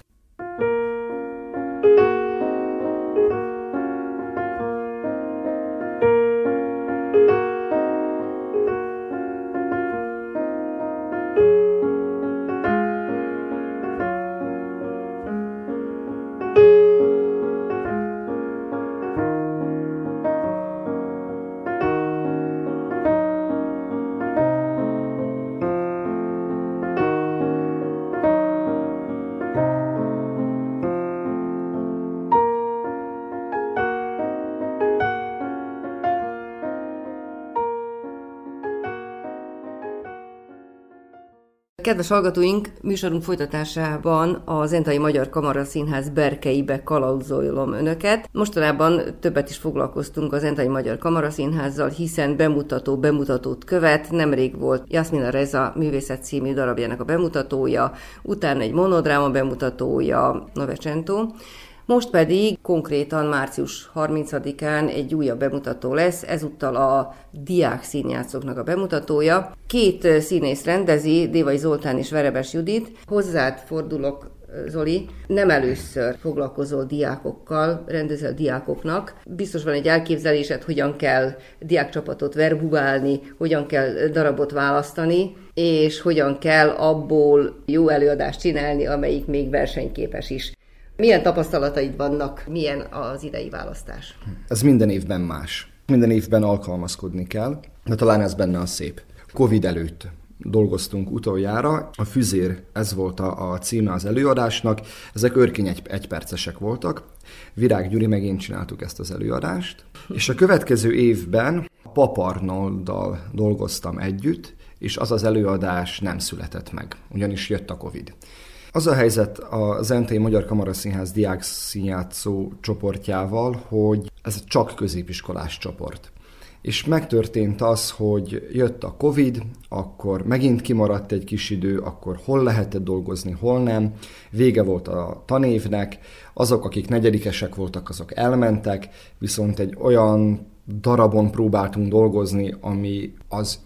Kedves hallgatóink, műsorunk folytatásában a Zentai Magyar Kamaraszínház berkeibe kalauzolom önöket. Mostanában többet is foglalkoztunk a Zentai Magyar Kamaraszínházzal, hiszen bemutatót követ. Nemrég volt Jasmina Reza művészet című darabjának a bemutatója, utána egy monodráma bemutatója, Novecento. Most pedig konkrétan március 30-án egy újabb bemutató lesz, ezúttal a diák színjátszóknak a bemutatója. 2 színész rendezi, Dévai Zoltán és Verebes Judit. Hozzád fordulok, Zoli, nem először foglalkozol diákokkal, rendezel diákoknak. Biztos van egy elképzelésed, hogyan kell diákcsapatot verbubálni, hogyan kell darabot választani, és hogyan kell abból jó előadást csinálni, amelyik még versenyképes is. Milyen tapasztalataid vannak, milyen az idei választás? Ez minden évben más. Minden évben alkalmazkodni kell, de talán ez benne a szép. Covid előtt dolgoztunk utoljára, a Füzér, ez volt a címe az előadásnak, ezek őrkény egypercesek voltak. Virág Gyuri meg én csináltuk ezt az előadást, és a következő évben Pap Arnolddal dolgoztam együtt, és az előadás nem született meg, ugyanis jött a Covid. Az a helyzet a Zentai Magyar Kamaraszínház diákszínjátszó csoportjával, hogy ez csak középiskolás csoport. És megtörtént az, hogy jött a Covid, akkor megint kimaradt egy kis idő, akkor hol lehetett dolgozni, hol nem. Vége volt a tanévnek, azok, akik negyedikesek voltak, azok elmentek, viszont egy olyan darabon próbáltunk dolgozni, ami az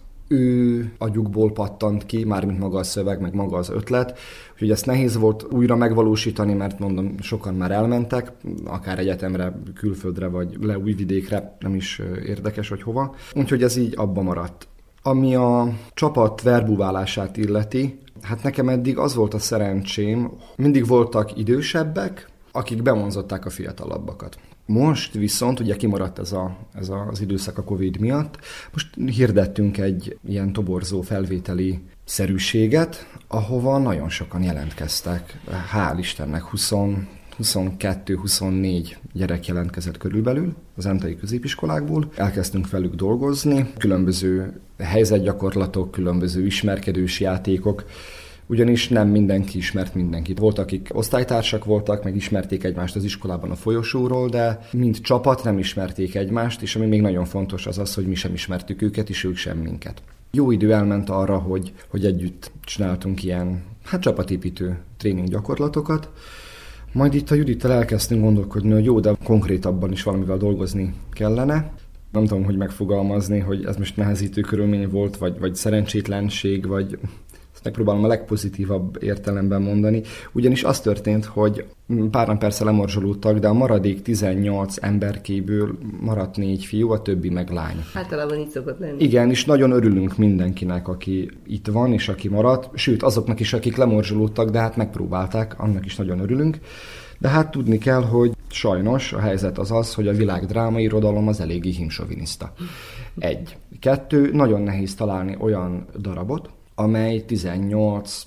ő agyukból pattant ki, mármint maga a szöveg, meg maga az ötlet. Úgyhogy ezt nehéz volt újra megvalósítani, mert mondom, sokan már elmentek, akár egyetemre, külföldre, vagy le Újvidékre, nem is érdekes, hogy hova. Úgyhogy ez így abba maradt. Ami a csapat verbuválását illeti, hát nekem eddig az volt a szerencsém, mindig voltak idősebbek, akik bevonzották a fiatalabbakat. Most viszont ugye kimaradt ez az időszak a Covid miatt. Most hirdettünk egy ilyen toborzó felvételi szerűséget, ahova nagyon sokan jelentkeztek. Hál' Istennek 22-24 gyerek jelentkezett körülbelül az zentai középiskolákból. Elkezdtünk velük dolgozni, különböző helyzetgyakorlatok, különböző ismerkedős játékok, ugyanis nem mindenki ismert mindenkit. Volt, akik osztálytársak voltak, meg ismerték egymást az iskolában a folyosóról, de mint csapat nem ismerték egymást, és ami még nagyon fontos az az, hogy mi sem ismertük őket, és ők sem minket. Jó idő elment arra, hogy együtt csináltunk ilyen csapatépítő tréning gyakorlatokat. Majd itt a Judittal elkezdtünk gondolkodni, hogy jó, de konkrétabban is valamivel dolgozni kellene. Nem tudom, hogy megfogalmazni, hogy ez most nehezítő körülmény volt, vagy szerencsétlenség, vagy ezt megpróbálom a legpozitívabb értelemben mondani. Ugyanis az történt, hogy páran persze lemorzsolódtak, de a maradék 18 emberkéből maradt 4 fiú, a többi meg lány. Általában így szokott lenni. Igen, és nagyon örülünk mindenkinek, aki itt van, és aki maradt, sőt azoknak is, akik lemorzsolódtak, de hát megpróbálták, annak is nagyon örülünk. De hát tudni kell, hogy sajnos a helyzet az, hogy a világ drámairodalom az eléggé himsoviniszta. 1. 2. Nagyon nehéz találni olyan darabot, amely 18,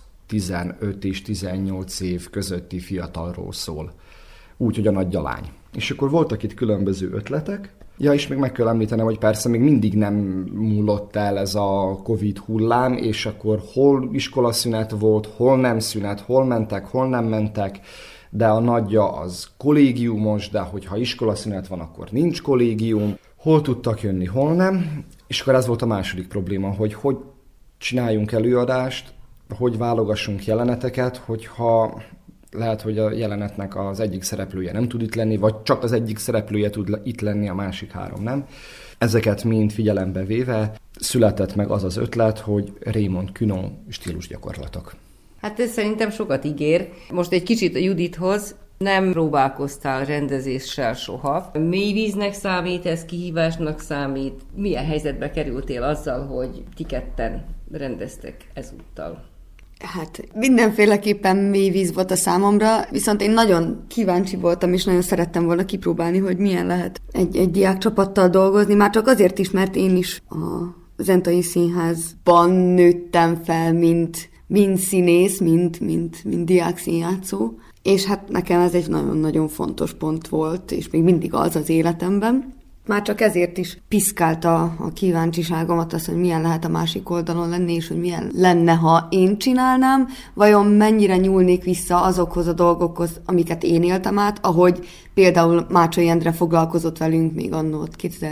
15 és 18 év közötti fiatalról szól. Úgy, hogy a nagy a lány. És akkor voltak itt különböző ötletek. Ja, és még meg kell említenem, hogy persze még mindig nem múlott el ez a Covid hullám, és akkor hol iskolaszünet volt, hol nem szünet, hol mentek, hol nem mentek, de a nagyja az kollégiumos, de hogyha iskolaszünet van, akkor nincs kollégium. Hol tudtak jönni, hol nem. És akkor ez volt a második probléma, hogy csináljunk előadást, hogy válogassunk jeleneteket, hogyha lehet, hogy a jelenetnek az egyik szereplője nem tud itt lenni, vagy csak az egyik szereplője tud itt lenni, a másik 3 nem. Ezeket mind figyelembe véve született meg az az ötlet, hogy Raymond Queneau stílusgyakorlatok. Hát ez szerintem sokat ígér. Most egy kicsit a Judithoz. Nem próbálkoztál rendezéssel soha. Mély víznek számít, ez kihívásnak számít. Milyen helyzetbe kerültél azzal, hogy ti ketten rendeztek ezúttal? Hát mindenféleképpen mély víz volt a számomra, viszont én nagyon kíváncsi voltam, és nagyon szerettem volna kipróbálni, hogy milyen lehet egy diákcsapattal dolgozni, már csak azért is, mert én is a Zentai Színházban nőttem fel, mint színész, mint diákszínjátszó. És hát nekem ez egy nagyon-nagyon fontos pont volt, és még mindig az életemben. Már csak ezért is piszkálta a kíváncsiságomat az, hogy milyen lehet a másik oldalon lenni, és hogy milyen lenne, ha én csinálnám, vajon mennyire nyúlnék vissza azokhoz a dolgokhoz, amiket én éltem át, ahogy például Mácsai Endre foglalkozott velünk még annó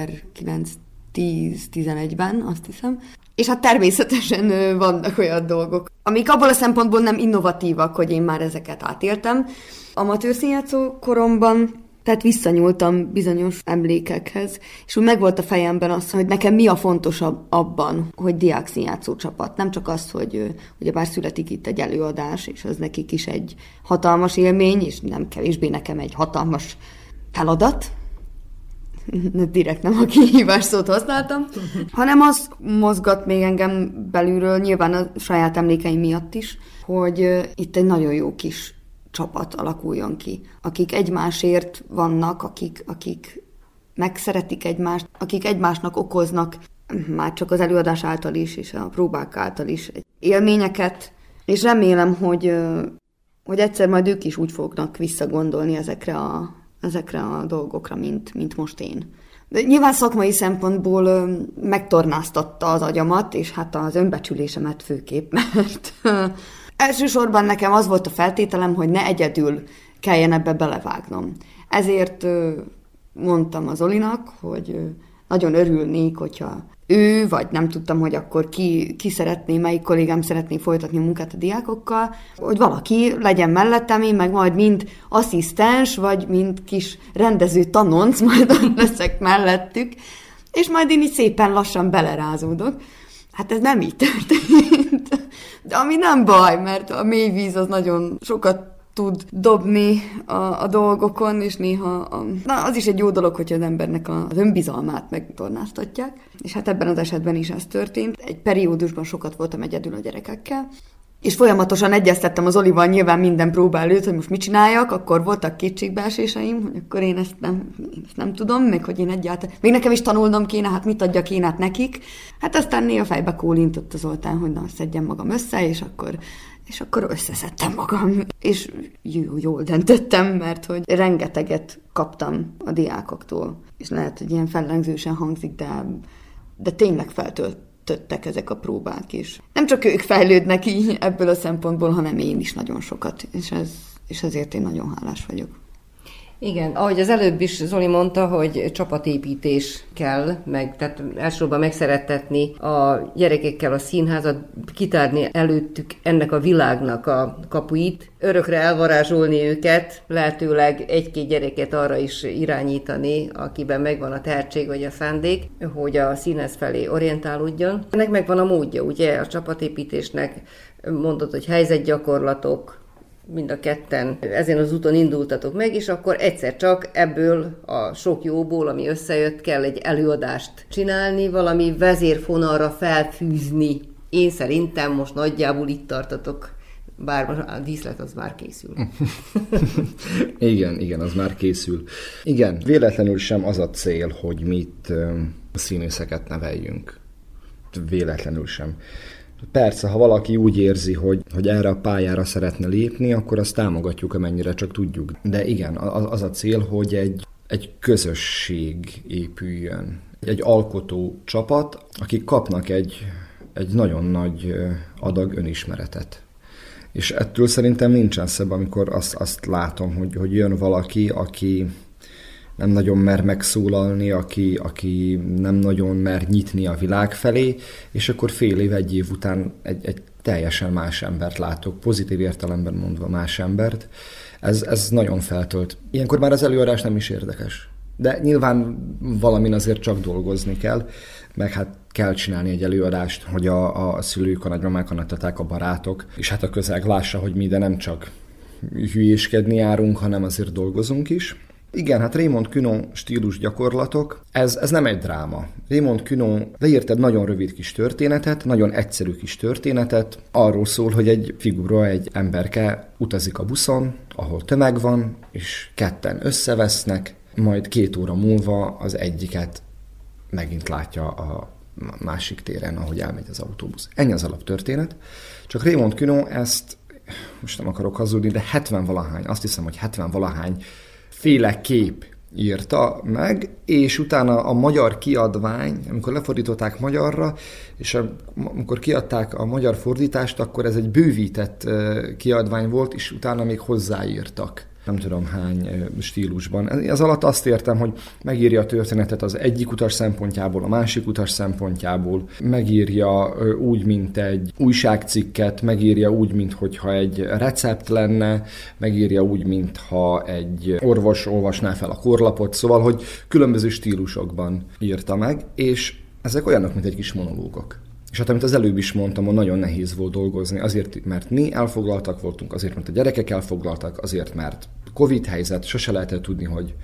2009-10-11-ben, azt hiszem. És hát természetesen vannak olyan dolgok, amik abból a szempontból nem innovatívak, hogy én már ezeket átéltem. Amatőr színjátszó koromban, tehát visszanyúltam bizonyos emlékekhez, és úgy megvolt a fejemben az, hogy nekem mi a fontosabb abban, hogy diákszínjátszó csapat. Nem csak az, hogy ugyebár születik itt egy előadás, és az nekik is egy hatalmas élmény, és nem kevésbé nekem egy hatalmas feladat, direkt nem a kihívás szót használtam, hanem az mozgat még engem belülről, nyilván a saját emlékeim miatt is, hogy itt egy nagyon jó kis csapat alakuljon ki, akik egymásért vannak, akik megszeretik egymást, akik egymásnak okoznak, már csak az előadás által is, és a próbák által is élményeket, és remélem, hogy egyszer majd ők is úgy fognak visszagondolni ezekre a dolgokra, mint most én. De nyilván szakmai szempontból megtornáztatta az agyamat, és hát az önbecsülésemet főképp, mert elsősorban nekem az volt a feltételem, hogy ne egyedül kelljen ebbe belevágnom. Ezért mondtam az Olinak, hogy nagyon örülnék, hogyha ő, vagy nem tudtam, hogy akkor ki szeretné, melyik kollégám szeretné folytatni a munkát a diákokkal, hogy valaki legyen mellettem, én meg majd mind asszisztens, vagy mind kis rendező tanonc, majd leszek mellettük, és majd én így szépen lassan belerázódok. Hát ez nem így történt. De ami nem baj, mert a mély víz az nagyon sokat tud dobni a dolgokon, és néha az is egy jó dolog, hogyha az embernek az önbizalmát megtornáztatják. És hát ebben az esetben is ez történt. Egy periódusban sokat voltam egyedül a gyerekekkel, És folyamatosan egyeztettem az Olival nyilván minden próba előtt, hogy most mit csináljak, akkor voltak kétségbeeséseim, hogy akkor én ezt nem tudom, meg hogy én egyáltalán... Még nekem is tanulnom kéne, hát mit adjak én át nekik. Hát aztán néha fejbe kólintott az Zoltán, hogy na, szedjem magam össze, és akkor összeszedtem magam. És jól döntöttem, mert hogy rengeteget kaptam a diákoktól. És lehet, hogy ilyen fellengzősen hangzik, de tényleg feltöltöttek ezek a próbák is. Nem csak ők fejlődnek így ebből a szempontból, hanem én is nagyon sokat, és ezért én nagyon hálás vagyok. Igen, ahogy az előbb is Zoli mondta, hogy csapatépítés kell, tehát elsősorban megszerettetni a gyerekekkel a színházat, kitárni előttük ennek a világnak a kapuit, örökre elvarázsolni őket, lehetőleg egy-két gyereket arra is irányítani, akiben megvan a tehetség vagy a szándék, hogy a színház felé orientálódjon. Ennek megvan a módja, ugye, a csapatépítésnek mondod, hogy helyzetgyakorlatok, mind a ketten ezen az úton indultatok meg, és akkor egyszer csak ebből a sok jóból, ami összejött, kell egy előadást csinálni, valami vezérfonalra felfűzni. Én szerintem most nagyjából itt tartatok, bár a díszlet az már készül. Igen, az már készül. Igen, véletlenül sem az a cél, hogy mi itt színészeket neveljünk. Véletlenül sem. Persze, ha valaki úgy érzi, hogy erre a pályára szeretne lépni, akkor azt támogatjuk, amennyire csak tudjuk. De igen, az a cél, hogy egy közösség épüljön. Egy alkotó csapat, akik kapnak egy nagyon nagy adag önismeretet. És ettől szerintem nincsen szebb, amikor azt látom, hogy jön valaki, aki nem nagyon mer megszólalni, aki nem nagyon mer nyitni a világ felé, és akkor fél év, egy év után egy teljesen más embert látok, pozitív értelemben mondva más embert. Ez nagyon feltölt. Ilyenkor már az előadás nem is érdekes. De nyilván valamin azért csak dolgozni kell, meg hát kell csinálni egy előadást, hogy a szülők, a nagymamák, a nagytaták, a barátok, és hát a közeg lássa, hogy mi, de nem csak hülyéskedni járunk, hanem azért dolgozunk is. Igen, hát Raymond Queneau stílus gyakorlatok, ez nem egy dráma. Raymond Queneau leírt egy nagyon rövid kis történetet, nagyon egyszerű kis történetet, arról szól, hogy egy figura, egy emberke utazik a buszon, ahol tömeg van, és ketten összevesznek, majd 2 óra múlva az egyiket megint látja a másik téren, ahogy elmegy az autóbusz. Ennyi az alaptörténet. Csak Raymond Queneau ezt, most nem akarok hazudni, de 70-valahány, azt hiszem, hogy 70-valahány féle kép írta meg, és utána a magyar kiadvány, amikor lefordították magyarra, és amikor kiadták a magyar fordítást, akkor ez egy bővített kiadvány volt, és utána még hozzáírtak. Nem tudom hány stílusban. Ez alatt azt értem, hogy megírja a történetet az egyik utas szempontjából, a másik utas szempontjából, megírja úgy, mint egy újságcikket, megírja úgy, mintha egy recept lenne, megírja úgy, mintha egy orvos olvasná fel a korlapot, szóval, hogy különböző stílusokban írta meg, és ezek olyanok, mint egy kis monológok. És hát, amit az előbb is mondtam, hogy nagyon nehéz volt dolgozni, azért, mert mi elfoglaltak voltunk, azért, mert a gyerekek elfoglaltak, azért, mert Covid helyzet, sose lehetett tudni,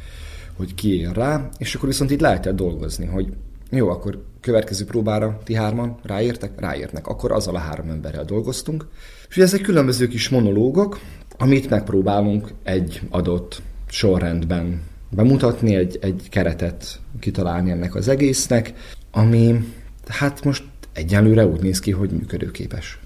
hogy ki ér rá, és akkor viszont itt lehetett dolgozni, hogy jó, akkor következő próbára ti 3-an ráértek? Ráérnek. Akkor azzal a 3 emberrel dolgoztunk. És ezek különböző kis monológok, amit megpróbálunk egy adott sorrendben bemutatni, egy keretet kitalálni ennek az egésznek, ami hát most egyelőre úgy néz ki, hogy működőképes.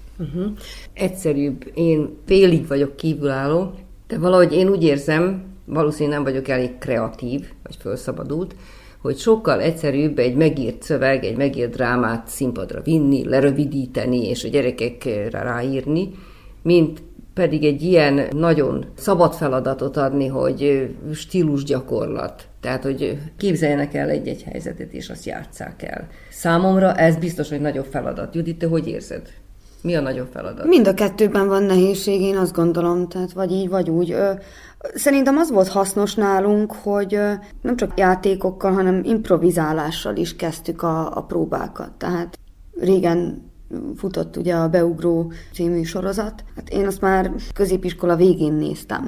Egyszerűbb. Én félig vagyok kívülálló, de valahogy én úgy érzem, valószínűleg nem vagyok elég kreatív, vagy felszabadult, hogy sokkal egyszerűbb egy megírt szöveg, egy megírt drámát színpadra vinni, lerövidíteni, és a gyerekekre ráírni, mint pedig egy ilyen nagyon szabad feladatot adni, hogy stílusgyakorlat. Tehát, hogy képzeljenek el egy helyzetet, és azt játsszák el. Számomra ez biztos, hogy nagyobb feladat. Judit, te hogy érzed? Mi a nagyobb feladat? Mind a kettőben van nehézség, én azt gondolom, tehát vagy így, vagy úgy. Szerintem az volt hasznos nálunk, hogy nem csak játékokkal, hanem improvizálással is kezdtük a próbákat. Tehát régen futott ugye a Beugró című sorozat. Hát én azt már középiskola végén néztem.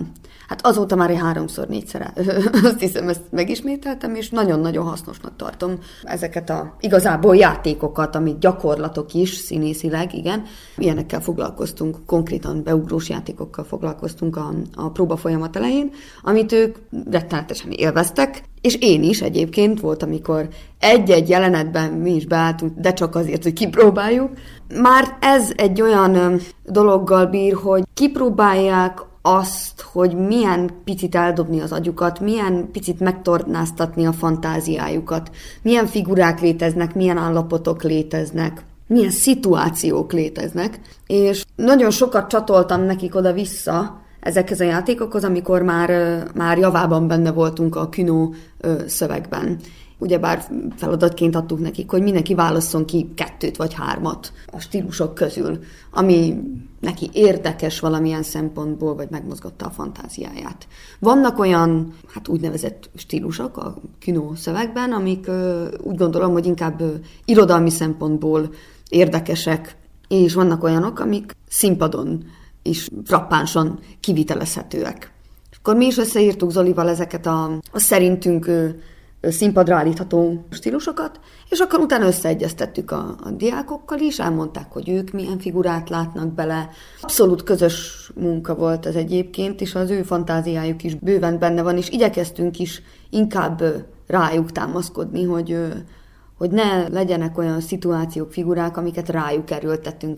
Hát azóta már 3-4-szer azt hiszem, ezt megismételtem, és nagyon-nagyon hasznosnak tartom ezeket a igazából játékokat, amit gyakorlatok is, színészileg, igen. Ilyenekkel foglalkoztunk, konkrétan beugrós játékokkal foglalkoztunk a próba folyamat elején, amit ők rettenetesen élveztek, és én is egyébként volt, amikor egy-egy jelenetben mi is beálltunk, de csak azért, hogy kipróbáljuk. Már ez egy olyan dologgal bír, hogy kipróbálják azt, hogy milyen picit eldobni az agyukat, milyen picit megtornáztatni a fantáziájukat, milyen figurák léteznek, milyen állapotok léteznek, milyen szituációk léteznek, és nagyon sokat csatoltam nekik oda-vissza ezekhez a játékokhoz, amikor már javában benne voltunk a Kino szövegben. Ugyebár feladatként adtuk nekik, hogy mindenki válasszon ki 2 vagy 3 a stílusok közül, ami neki érdekes valamilyen szempontból, vagy megmozgatta a fantáziáját. Vannak olyan, úgynevezett stílusok a Kino szövegben, amik úgy gondolom, hogy inkább irodalmi szempontból érdekesek, és vannak olyanok, amik színpadon is frappánsan kivitelezhetőek. És akkor mi is összeírtuk Zolival ezeket a szerintünk színpadra állítható stílusokat, és akkor utána összeegyeztettük a diákokkal is, elmondták, hogy ők milyen figurát látnak bele. Abszolút közös munka volt ez egyébként, és az ő fantáziájuk is bőven benne van, és igyekeztünk is inkább rájuk támaszkodni, hogy ne legyenek olyan szituációk, figurák, amiket rájuk erőltetünk,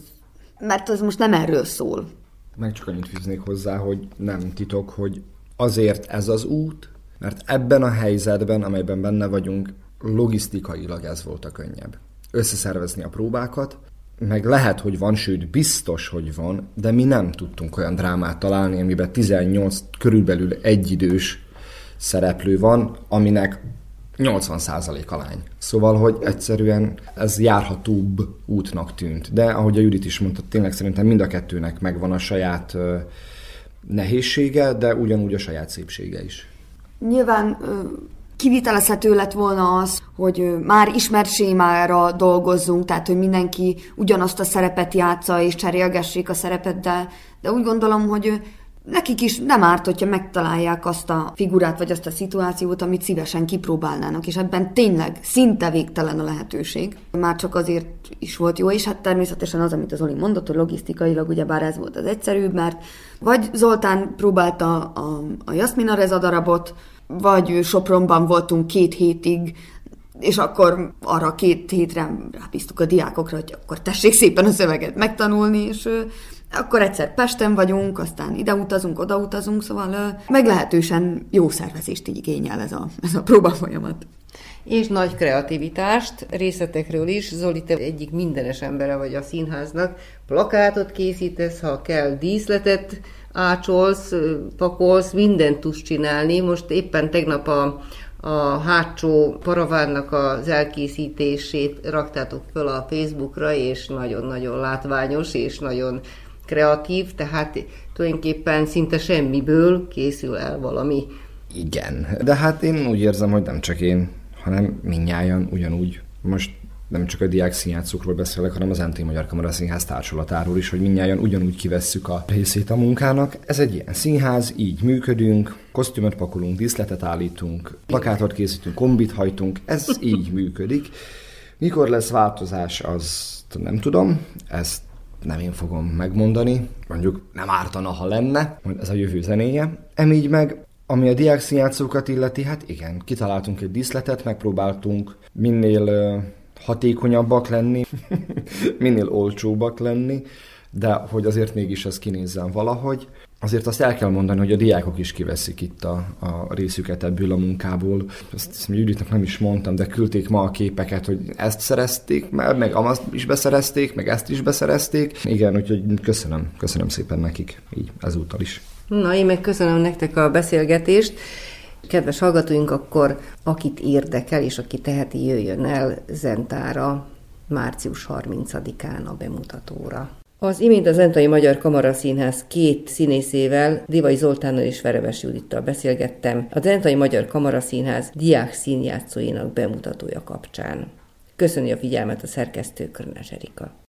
mert az most nem erről szól. Meg csak annyit fűznék hozzá, hogy nem titok, hogy azért ez az út, mert ebben a helyzetben, amelyben benne vagyunk, logisztikailag ez volt a könnyebb. Összeszervezni a próbákat, meg lehet, hogy van, sőt biztos, hogy van, de mi nem tudtunk olyan drámát találni, amiben 18 körülbelül egyidős szereplő van, aminek 80% a lány. Szóval, hogy egyszerűen ez járhatóbb útnak tűnt. De ahogy a Judit is mondta, tényleg szerintem mind a kettőnek megvan a saját nehézsége, de ugyanúgy a saját szépsége is. Nyilván kivitelezhető lett volna az, hogy már ismert sémára dolgozzunk, tehát hogy mindenki ugyanazt a szerepet játsza és cserélgessék a szerepet, de úgy gondolom, hogy nekik is nem árt, hogyha megtalálják azt a figurát vagy azt a szituációt, amit szívesen kipróbálnának, és ebben tényleg szinte végtelen a lehetőség. Már csak azért is volt jó, és hát természetesen az, amit az Zoli mondott, hogy logisztikailag ugyebár ez volt az egyszerűbb, mert vagy Zoltán próbálta a Jasmina Reza darabot, vagy Sopronban voltunk 2 hétig, és akkor arra 2 hétre rábíztuk a diákokra, hogy akkor tessék szépen a szöveget megtanulni, és akkor egyszer Pesten vagyunk, aztán ide utazunk, oda utazunk, szóval meglehetősen jó szervezést igényel ez a próbafolyamat. És nagy kreativitást részletekről is. Zoli, te egyik mindenes embere vagy a színháznak. Plakátot készítesz, ha kell díszletet ácsolsz, pakolsz, mindent tudsz csinálni. Most éppen tegnap a hátsó paravánnak az elkészítését raktátok föl a Facebookra, és nagyon-nagyon látványos, és nagyon kreatív, tehát tulajdonképpen szinte semmiből készül el valami. Igen, de hát én úgy érzem, hogy nem csak én, hanem mindnyájan ugyanúgy. Most nem csak a diák színjátszókról beszélek, hanem az MT Magyar Kamaraszínház társulatáról is, hogy mindnyájan ugyanúgy kivesszük a részét a munkának. Ez egy ilyen színház, így működünk, kosztümöt pakolunk, díszletet állítunk, plakátot készítünk, kombit hajtunk, ez így működik. Mikor lesz változás, azt nem tudom, ezt nem én fogom megmondani, mondjuk nem ártana, ha lenne, ez a jövő zenéje. Emígy meg, ami a diák színjátszókat illeti, hát igen, kitaláltunk egy díszletet, megpróbáltunk minél hatékonyabbak lenni, minél olcsóbbak lenni, de hogy azért mégis ez kinézzen valahogy. Azért azt el kell mondani, hogy a diákok is kiveszik itt a részüket ebből a munkából. Azt Juditnak nem is mondtam, de küldték ma a képeket, hogy ezt szerezték, meg azt is beszerezték, meg ezt is beszerezték. Igen, úgyhogy köszönöm szépen nekik, így ezúttal is. Na, én meg köszönöm nektek a beszélgetést. Kedves hallgatóink, akkor akit érdekel, és aki teheti, jöjjön el Zentára március 30-án a bemutatóra. Az imént a Zentai Magyar Kamaraszínház 2 színészével, Dévai Zoltánnal és Verebes Judittal beszélgettem a Zentai Magyar Kamaraszínház diák színjátszóinak bemutatója kapcsán. Köszöni a figyelmet a szerkesztő, Körnács Erika.